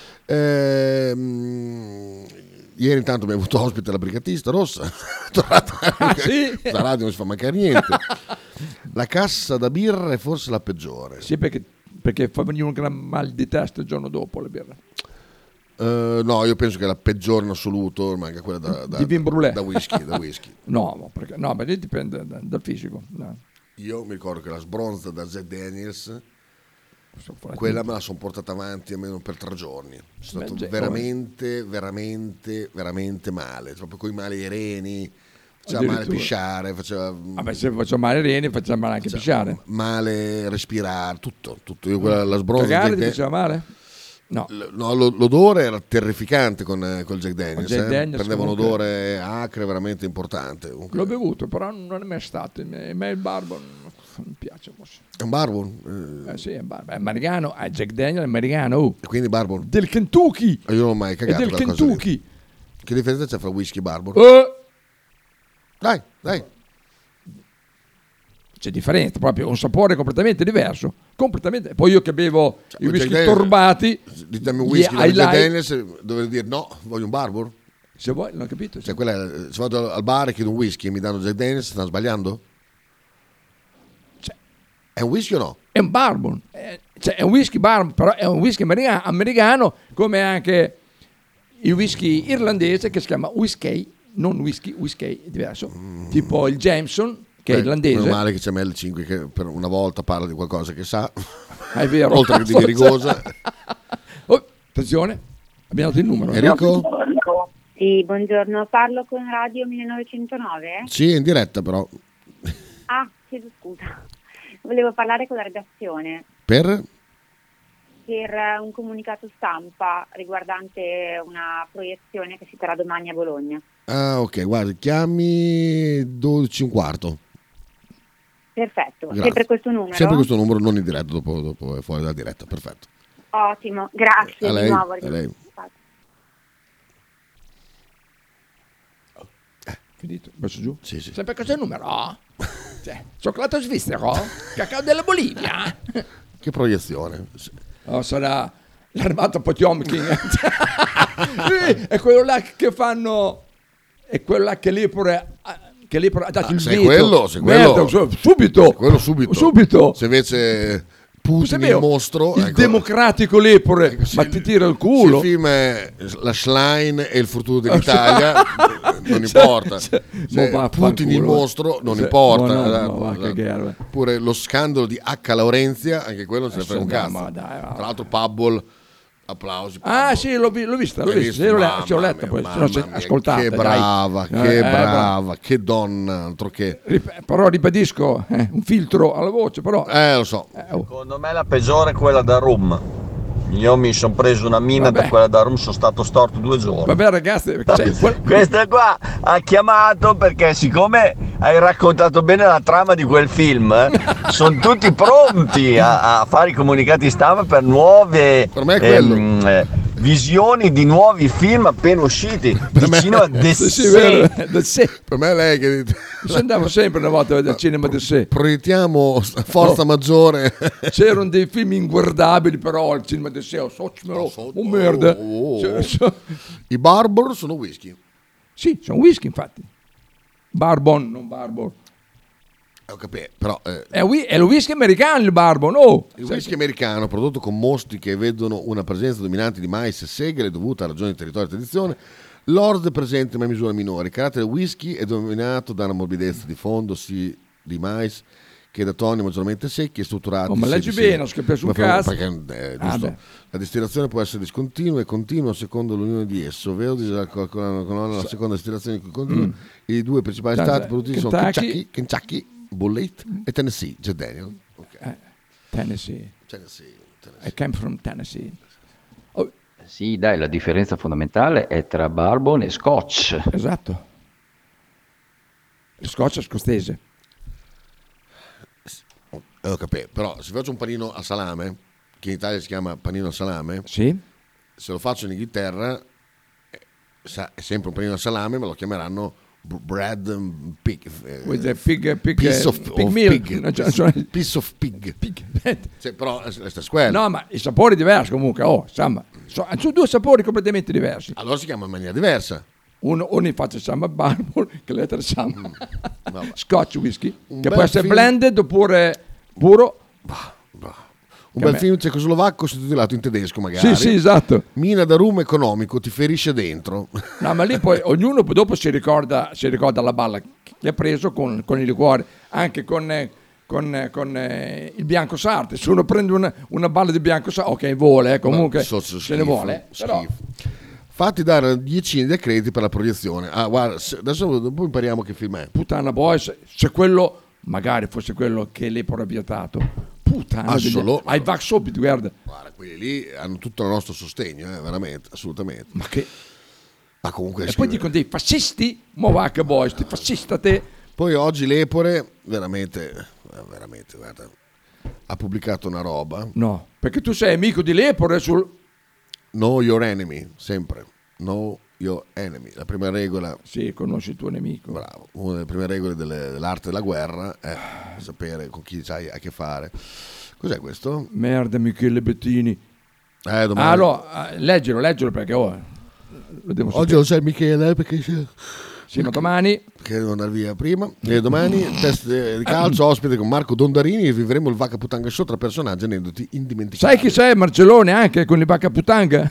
Ehm, ieri intanto mi ha avuto ospite la brigatista Rossa, tornata Ah, sì? la radio non si fa mancare niente. La cassa da birra è forse la peggiore. Sì, perché, perché fa venire un gran mal di testa il giorno dopo la birra. Eh, no, io penso che la peggiore in assoluto rimanga quella da, da, Di vin brûlé. da whisky, da whisky. No, ma perché, no, perché dipende da- dal fisico. No. Io mi ricordo che la sbronza da Jack Daniels, quella me la sono portata avanti almeno per tre giorni. Sono Beh, stato Jack- veramente, veramente, veramente male. Proprio con i mali ai reni, faceva male Addirittura. pisciare, faceva Vabbè, se facciamo male ai reni, facciamo male anche Cioè, pisciare. male respirare, tutto. tutto. Io quella, la sbronza Cagare Jack ti Dan- faceva male? No. L- no, lo- l'odore era terrificante con, eh, col Jack Daniels. Jack eh. Daniels Prendeva un comunque- odore acre veramente importante. Comunque, L'ho bevuto, però non è mai stato. A me il barbon non mi piace. forse. è un barbon. Eh sì, è un barbon. È americano, è Jack Daniel è americano. oh. E quindi barbon. Del Kentucky. Io non ho mai È cagato del quella cosa lì. Kentucky. Che differenza c'è fra whisky e barbon? Eh, Dai, dai. c'è differenza, proprio un sapore completamente diverso. Completamente. Poi io che bevo i Ma whisky Jack Daniels- torbati, Ditemi un gli whisky da Jack highlight- Daniels, dovrei dire no, voglio un barbon. Se vuoi, non ho capito. Cioè, quella è- se vado al bar e chiedo un whisky e mi danno Jack Daniels, stanno sbagliando? È un whisky o no? È un bourbon, è, cioè è un whisky bourbon, però è un whisky america- americano, come anche il whisky irlandese che si chiama whisky, non whisky, whisky è diverso, tipo il Jameson che è Beh, irlandese. Meno male che c'è Mel cinque che per una volta parla di qualcosa che sa. Ah, è vero. Oltre che di Virigosa. Oh, attenzione, abbiamo dato il numero. Enrico? Sì, buongiorno, parlo con Radio millenovecentonove? Sì, in diretta però. Ah, chiedo scusa. Volevo parlare con la redazione Per? per eh, un comunicato stampa riguardante una proiezione che si terrà domani a Bologna. Ah, ok, guarda, chiami dodici e un quarto. Perfetto, Grazie. sempre questo numero? Sempre questo numero, non in diretta, dopo, dopo è fuori dalla diretta, perfetto. Ottimo, grazie A lei, di nuovo. a lei. Finito, messo giù. Sì, sì. Sempre questo numero? Cioè, cioccolato svizzero? Cacao della Bolivia? Che proiezione. Oh, sarà l'armata Potiomkin. Sì, è quello là che fanno, è quello là che lì pure che lì pure ha dato Ah, il se veto. quello, se quello, Merda, su- subito, se quello subito. subito. Se invece Putin Sapevo, il mostro, il ecco, democratico lì pure, ma ti tira il culo. se il film è la Schlein e il futuro dell'Italia, non importa. Cioè, Se ma Putin il vaffanculo. mostro, non Cioè, importa. ma no, eh, ma va a eh, cagare. Pure lo scandalo di H. Laurenzia, anche quello non se ne frega un Insomma, cazzo. ma dai, va. Tra l'altro Pubble, applausi. Ah sì, l'ho, vi- l'ho vista, l'ho Hai vista, visto? sì, l'ho, le- Mamma sì, l'ho letta mia, poi, mamma se no, mia, ascoltate, che dai. brava, Eh, che eh, brava, che donna, altro che. Rip- però ribadisco, eh, un filtro alla voce, però. Eh, lo so. Secondo me la peggiore è quella da Rum. Io mi sono preso una mina Vabbè. da quella da Rum, sono stato storto due giorni. Vabbè ragazzi, cioè, quel- Questa qua ha chiamato perché siccome hai raccontato bene la trama di quel film, sono tutti pronti a, a fare i comunicati stampa per nuove me è quello. ehm, eh, visioni di nuovi film appena usciti. Vicino a The Sì, sì, Sea. vero, The Sea. Per me è lei che Ci andavo sempre una volta a vedere il cinema di sé. proiettiamo forza Oh. maggiore. C'erano dei film inguardabili, però al cinema di sé, oh, soccimelo, oh, merda. Oh, oh, Cioè, oh. so- I Barbour sono whisky. Sì, sono whisky infatti. Barbon, non Barbor. Ho capito, però eh, È, wi- è il whisky americano il Barbon, oh! il whisky americano prodotto con mosti che vedono una presenza dominante di mais e segale dovuta a ragioni di territorio e tradizione. L'Ord è presente ma in misura minore. Il carattere whisky è dominato da una morbidezza di fondo sì, di mais che da toni maggiormente secchi e strutturati. Oh, ma sì, leggi sì, bene, sì. non scappia sul Ma fa- cazzo. perché, eh, Ah, giusto. beh. La distillazione può essere discontinua e continua secondo l'unione di esso, ovvero con la seconda distillazione continua. Mm. I due principali Tanto, stati produttivi sono Kentucky- Kentucky, Kentucky, Bulleit e Tennessee, Jack Daniel. Eh, Tennessee. Tennessee, I came from Tennessee. Sì, dai, la differenza fondamentale è tra bourbon e scotch. Esatto. Il scotch è scozzese. Eh, ho capito, però se faccio un panino a salame, che in Italia si chiama panino a salame, sì. Se lo faccio in Inghilterra eh, sa- è sempre un panino a salame, ma lo chiameranno b- bread and pig, eh, With the pig- pig- piece of, pig of milk. pig, No, cioè- piece, cioè- piece of pig. Sì, però è è quello. No, ma i sapori diversi comunque. Oh, insomma, so- sono due sapori completamente diversi. Allora si chiama in maniera diversa. Uno, uno infatti si chiama Bourbon, che l'altro si chiama vabbè. Scotch whisky, Un che bel può essere film. blended oppure puro. Un Che bel me- film cecoslovacco sottotitolato in tedesco magari. Sì, sì, esatto. Mina da rum economico, ti ferisce dentro. No, ma lì poi ognuno poi dopo si ricorda, si ricorda la balla che ha preso con, con il liquore, anche con, eh, con, eh, con eh, il bianco sardo. Se uno prende una, una balla di bianco sardo, ok, vuole, eh, comunque Ma so- so se ne schifo, vuole. Però, schifo. Fatti dare dieci di crediti per la proiezione. Ah, guarda, se- adesso dopo impariamo che film è. puttana boy, se, se quello, magari fosse quello che l'Eporo ha vietato, puttana, Assolo- degli- ai Vax subito, guarda. Guarda, quelli lì hanno tutto il nostro sostegno, eh, veramente, assolutamente. Ma che... Ma comunque E sì, poi dicono dei fascisti, mo va che boy, sti fascisti a te. Poi oggi l'Epore, veramente, eh, veramente, guarda, ha pubblicato una roba. No, perché tu sei amico di l'Epore sul... Know your enemy, sempre. Know your enemy. La prima regola. Sì, conosci il tuo nemico. Bravo. Una delle prime regole delle- dell'arte della guerra è sapere con chi hai a che fare. Cos'è questo? Merda, Michele Bettini. Eh, domani. Ah, no, eh, leggilo, leggilo perché oh, lo devo Oggi sapere. lo sai Michele perché c'è. Sì, ma domani... Che devo andare via prima. E domani test di calcio, ospite con Marco Dondarini e vivremo il Vacca Putanga Show tra personaggi aneddoti indimenticabili. Sai chi sei? Marcellone anche con i Bacca Putanga.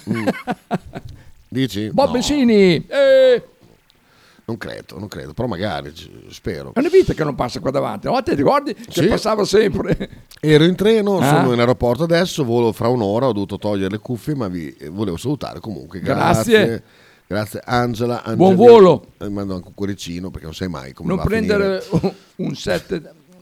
Dici? Bob No, Bessini. Eh, non credo, non credo, però magari, c- spero. è una vita che non passa qua davanti. Oh, ti ricordi che Sì. passava sempre? Ero in treno, Ah. sono in aeroporto adesso, volo fra un'ora, ho dovuto togliere le cuffie, ma vi eh, volevo salutare comunque. Grazie. Grazie, grazie Angela. Buon Angeli- volo. Eh, mando anche un cuoricino perché non sai mai come Non va a prendere finire. un set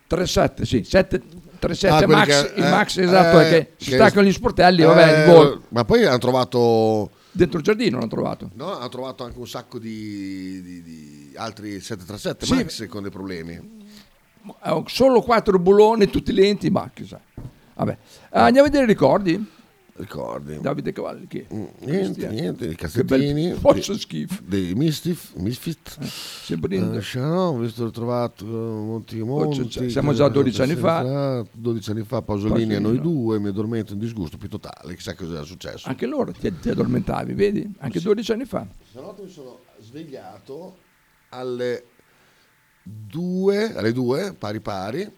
trentasette, sì, sette trentasette Ah, quelli Max, che- il eh, Max esatto, eh, che si che- sta con gli sportelli, Eh, vabbè, il volo. ma poi hanno trovato Dentro il giardino l'hanno trovato. no, hanno trovato anche un sacco di, di- di altri sette trentasette Sì. Max con dei problemi. Eh, Solo quattro bulloni, tutti lenti, ma chissà. Vabbè. Ah, andiamo a vedere i ricordi. Ricordi. Davide Cavalli, chi? Niente, niente, i Che cassettini. bel- Faccio schifo. Dei Misfit. Misfit. sempre in- Eh, Sharon, ho visto ritrovato eh, Monti Monti. Oh, c- siamo già dodici anni fa. dodici anni fa, Pasolini a noi Pasolino. due, mi addormento in disgusto più totale. Chissà cosa era successo. Anche loro ti, ti addormentavi, vedi? Anche dodici anni fa. Stanotte mi sono svegliato alle due, alle due, pari pari,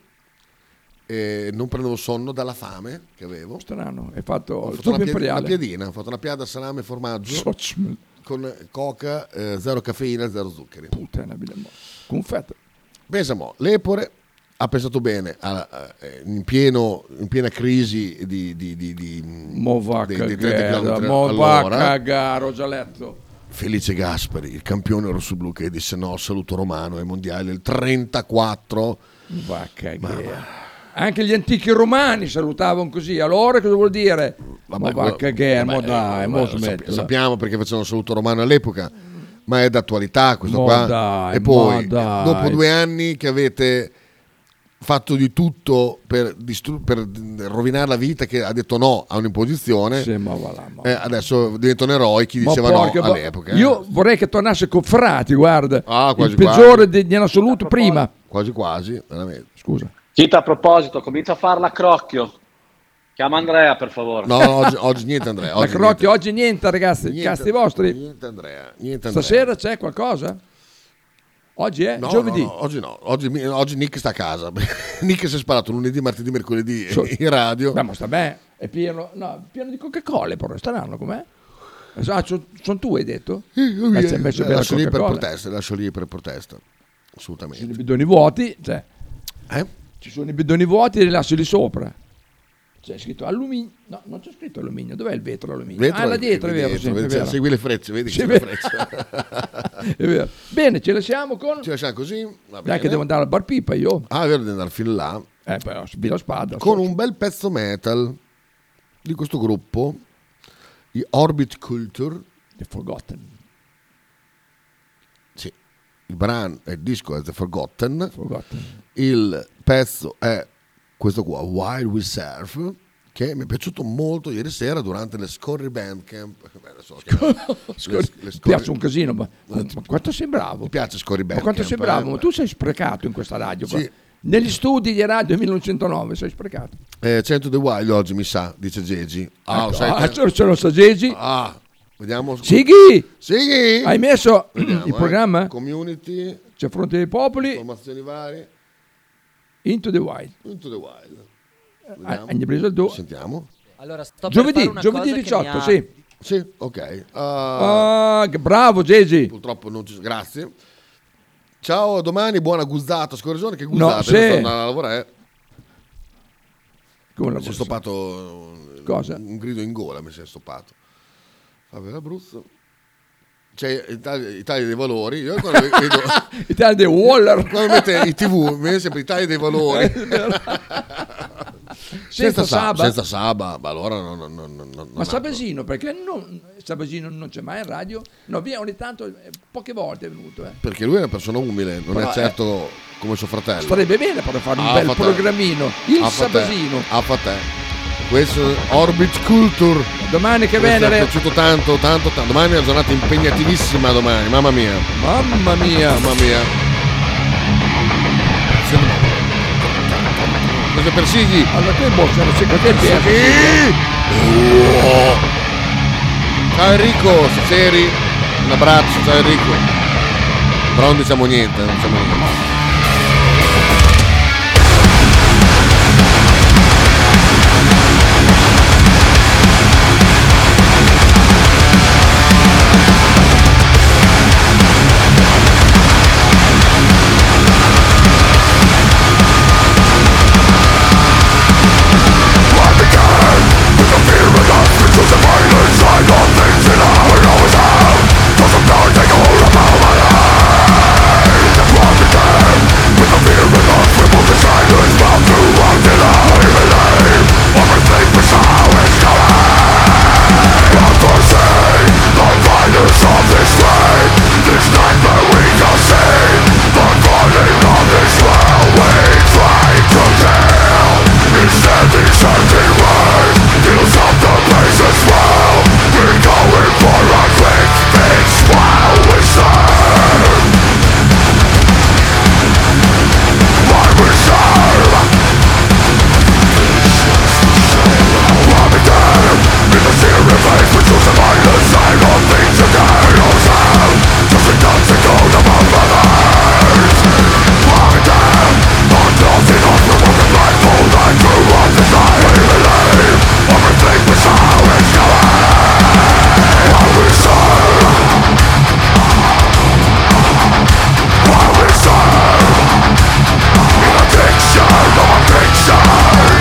e non prendevo sonno dalla fame che avevo. Strano, hai fatto Ho il fatto zucco una, pied- imperiale. una piadina, ho fatto una piada salame e formaggio Sochmel. con coca, eh, zero caffeina, zero zuccheri. Puttana, confetto. Pensa mo, l'Epore ha pensato bene alla- eh, in, pieno, in piena crisi di, di, di, di Mo va a dei- dei cagare, trenta chilometri mo va a all'ora. cagare, ho già letto. Felice Gaspari, il campione rossoblu, che disse no, saluto romano ai mondiali del trentaquattro. Va a cagare. Anche gli antichi romani salutavano così, allora cosa vuol dire? Ma va a cagare, mo dai, mo Vabbè, lo sap- smettila. sappiamo perché facevano il saluto romano all'epoca, ma è d'attualità questo Mo qua. dai, e poi, mo dai. dopo due anni che avete fatto di tutto per, distru- per rovinare la vita, che ha detto no a un'imposizione, Sì, ma va là, ma- eh, adesso diventano eroi chi Ma diceva no porca bo- all'epoca. eh. Io vorrei che tornasse con Frati, guarda. Ah, quasi, il peggiore quasi. degli in assoluto prima. Quasi quasi, veramente. Scusa. Chita, a proposito, comincia a farla a crocchio. Chiama Andrea, per favore. No, oggi, oggi niente Andrea. La Oggi Crocchio, oggi niente ragazzi, Niente, casti vostri. Niente Andrea, niente Andrea. Stasera c'è qualcosa? Oggi è No, giovedì. no, no, oggi no, oggi, oggi Nick sta a casa. Nick si è sparato lunedì, martedì, mercoledì So- in radio. Beh, ma sta bene, è pieno, no, pieno di Coca-Cola, però staranno com'è? Ah, sono tu hai detto? Ma ci hai messo bene la lascio lì per Coca-Cola. protesta, lascio lì per protesta. Assolutamente. I bidoni vuoti, cioè, Eh? ci sono i bidoni vuoti e li lascio lì sopra. C'è scritto alluminio, no, non c'è scritto alluminio, dov'è il vetro alluminio? Vetro ah, là è- dietro, è vero, dietro, sì, vedi, è vero. segui le frecce, vedi che Sì, c'è è la vero. freccia. È vero. Bene, ci lasciamo con... Ci lasciamo così. Va Dai bene. che devo andare al bar pipa io. Ah, è vero, devo andare fin là. Eh, però, la spada. Con un bel pezzo metal di questo gruppo, i Orbit Culture. The Forgotten. Sì, il brano, il disco è The Forgotten. Forgotten. Il pezzo è questo qua, While We Surf, che mi è piaciuto molto ieri sera durante le Scorri Bandcamp. Beh, adesso lo chiamo- Scorri- le- le Mi piace un casino, ma, ma quanto sei bravo? Mi piace Scorri Ma Bandcamp. quanto sei bravo? eh? Ma tu sei sprecato in questa radio qua. Sì. Negli studi di radio millenovecentonove sei sprecato. Eh, cento The Wild oggi mi sa, dice Gegi. Ah, lo Ecco, sai ah, te? ce ce lo sa Gegi. Ah, vediamo. Sighi! Sighi! Hai messo Vediamo, il eh. programma? Community, C'è Fronte dei Popoli, informazioni varie. Into the Wild. Into the Wild. Ah, hai preso il do- Sentiamo. Allora, sto per Giovedì, fare una giovedì cosa che diciotto, mi ha- sì. Sì, ok. Ah, che bravo Gesi. Purtroppo non ci grazie. Ciao, a domani, buona guzzata. Scorrigione, che guzzata. No, sì. Io sto andando a lavorare. Come la Mi si è borsa? stoppato Cosa? un grido in gola, mi si è stoppato. Vabbè, Abruzzo. C'è Italia, Italia dei Valori. Io quando vedo Italia dei Waller. quando mette i tivù, mi viene sempre Italia dei Valori. Senza Sa- Saba? Senza Saba, ma allora non, non, non, non- non Ma ha- Sabasino, perché non, Sabasino non c'è mai in radio? No, via ogni tanto, eh, poche volte è venuto. Eh. Perché lui è una persona umile, non Però, è certo come suo fratello. Starebbe bene per fare un Ah, bel fa te. programmino. Il Ah, fa te. Sabasino. Ah, fa te. Questo è Orbit Culture. Domani che Questo Venere. Mi è piaciuto tanto, tanto, tanto. Domani è una giornata impegnativissima domani, mamma mia. Mamma mia. Mamma mia. Questo è per Sighi. Allora che bossa, non c'è qualche piede. Sighi! Oh. Ciao Enrico, se c'eri. Un abbraccio, ciao Enrico. Però non diciamo niente, non diciamo niente.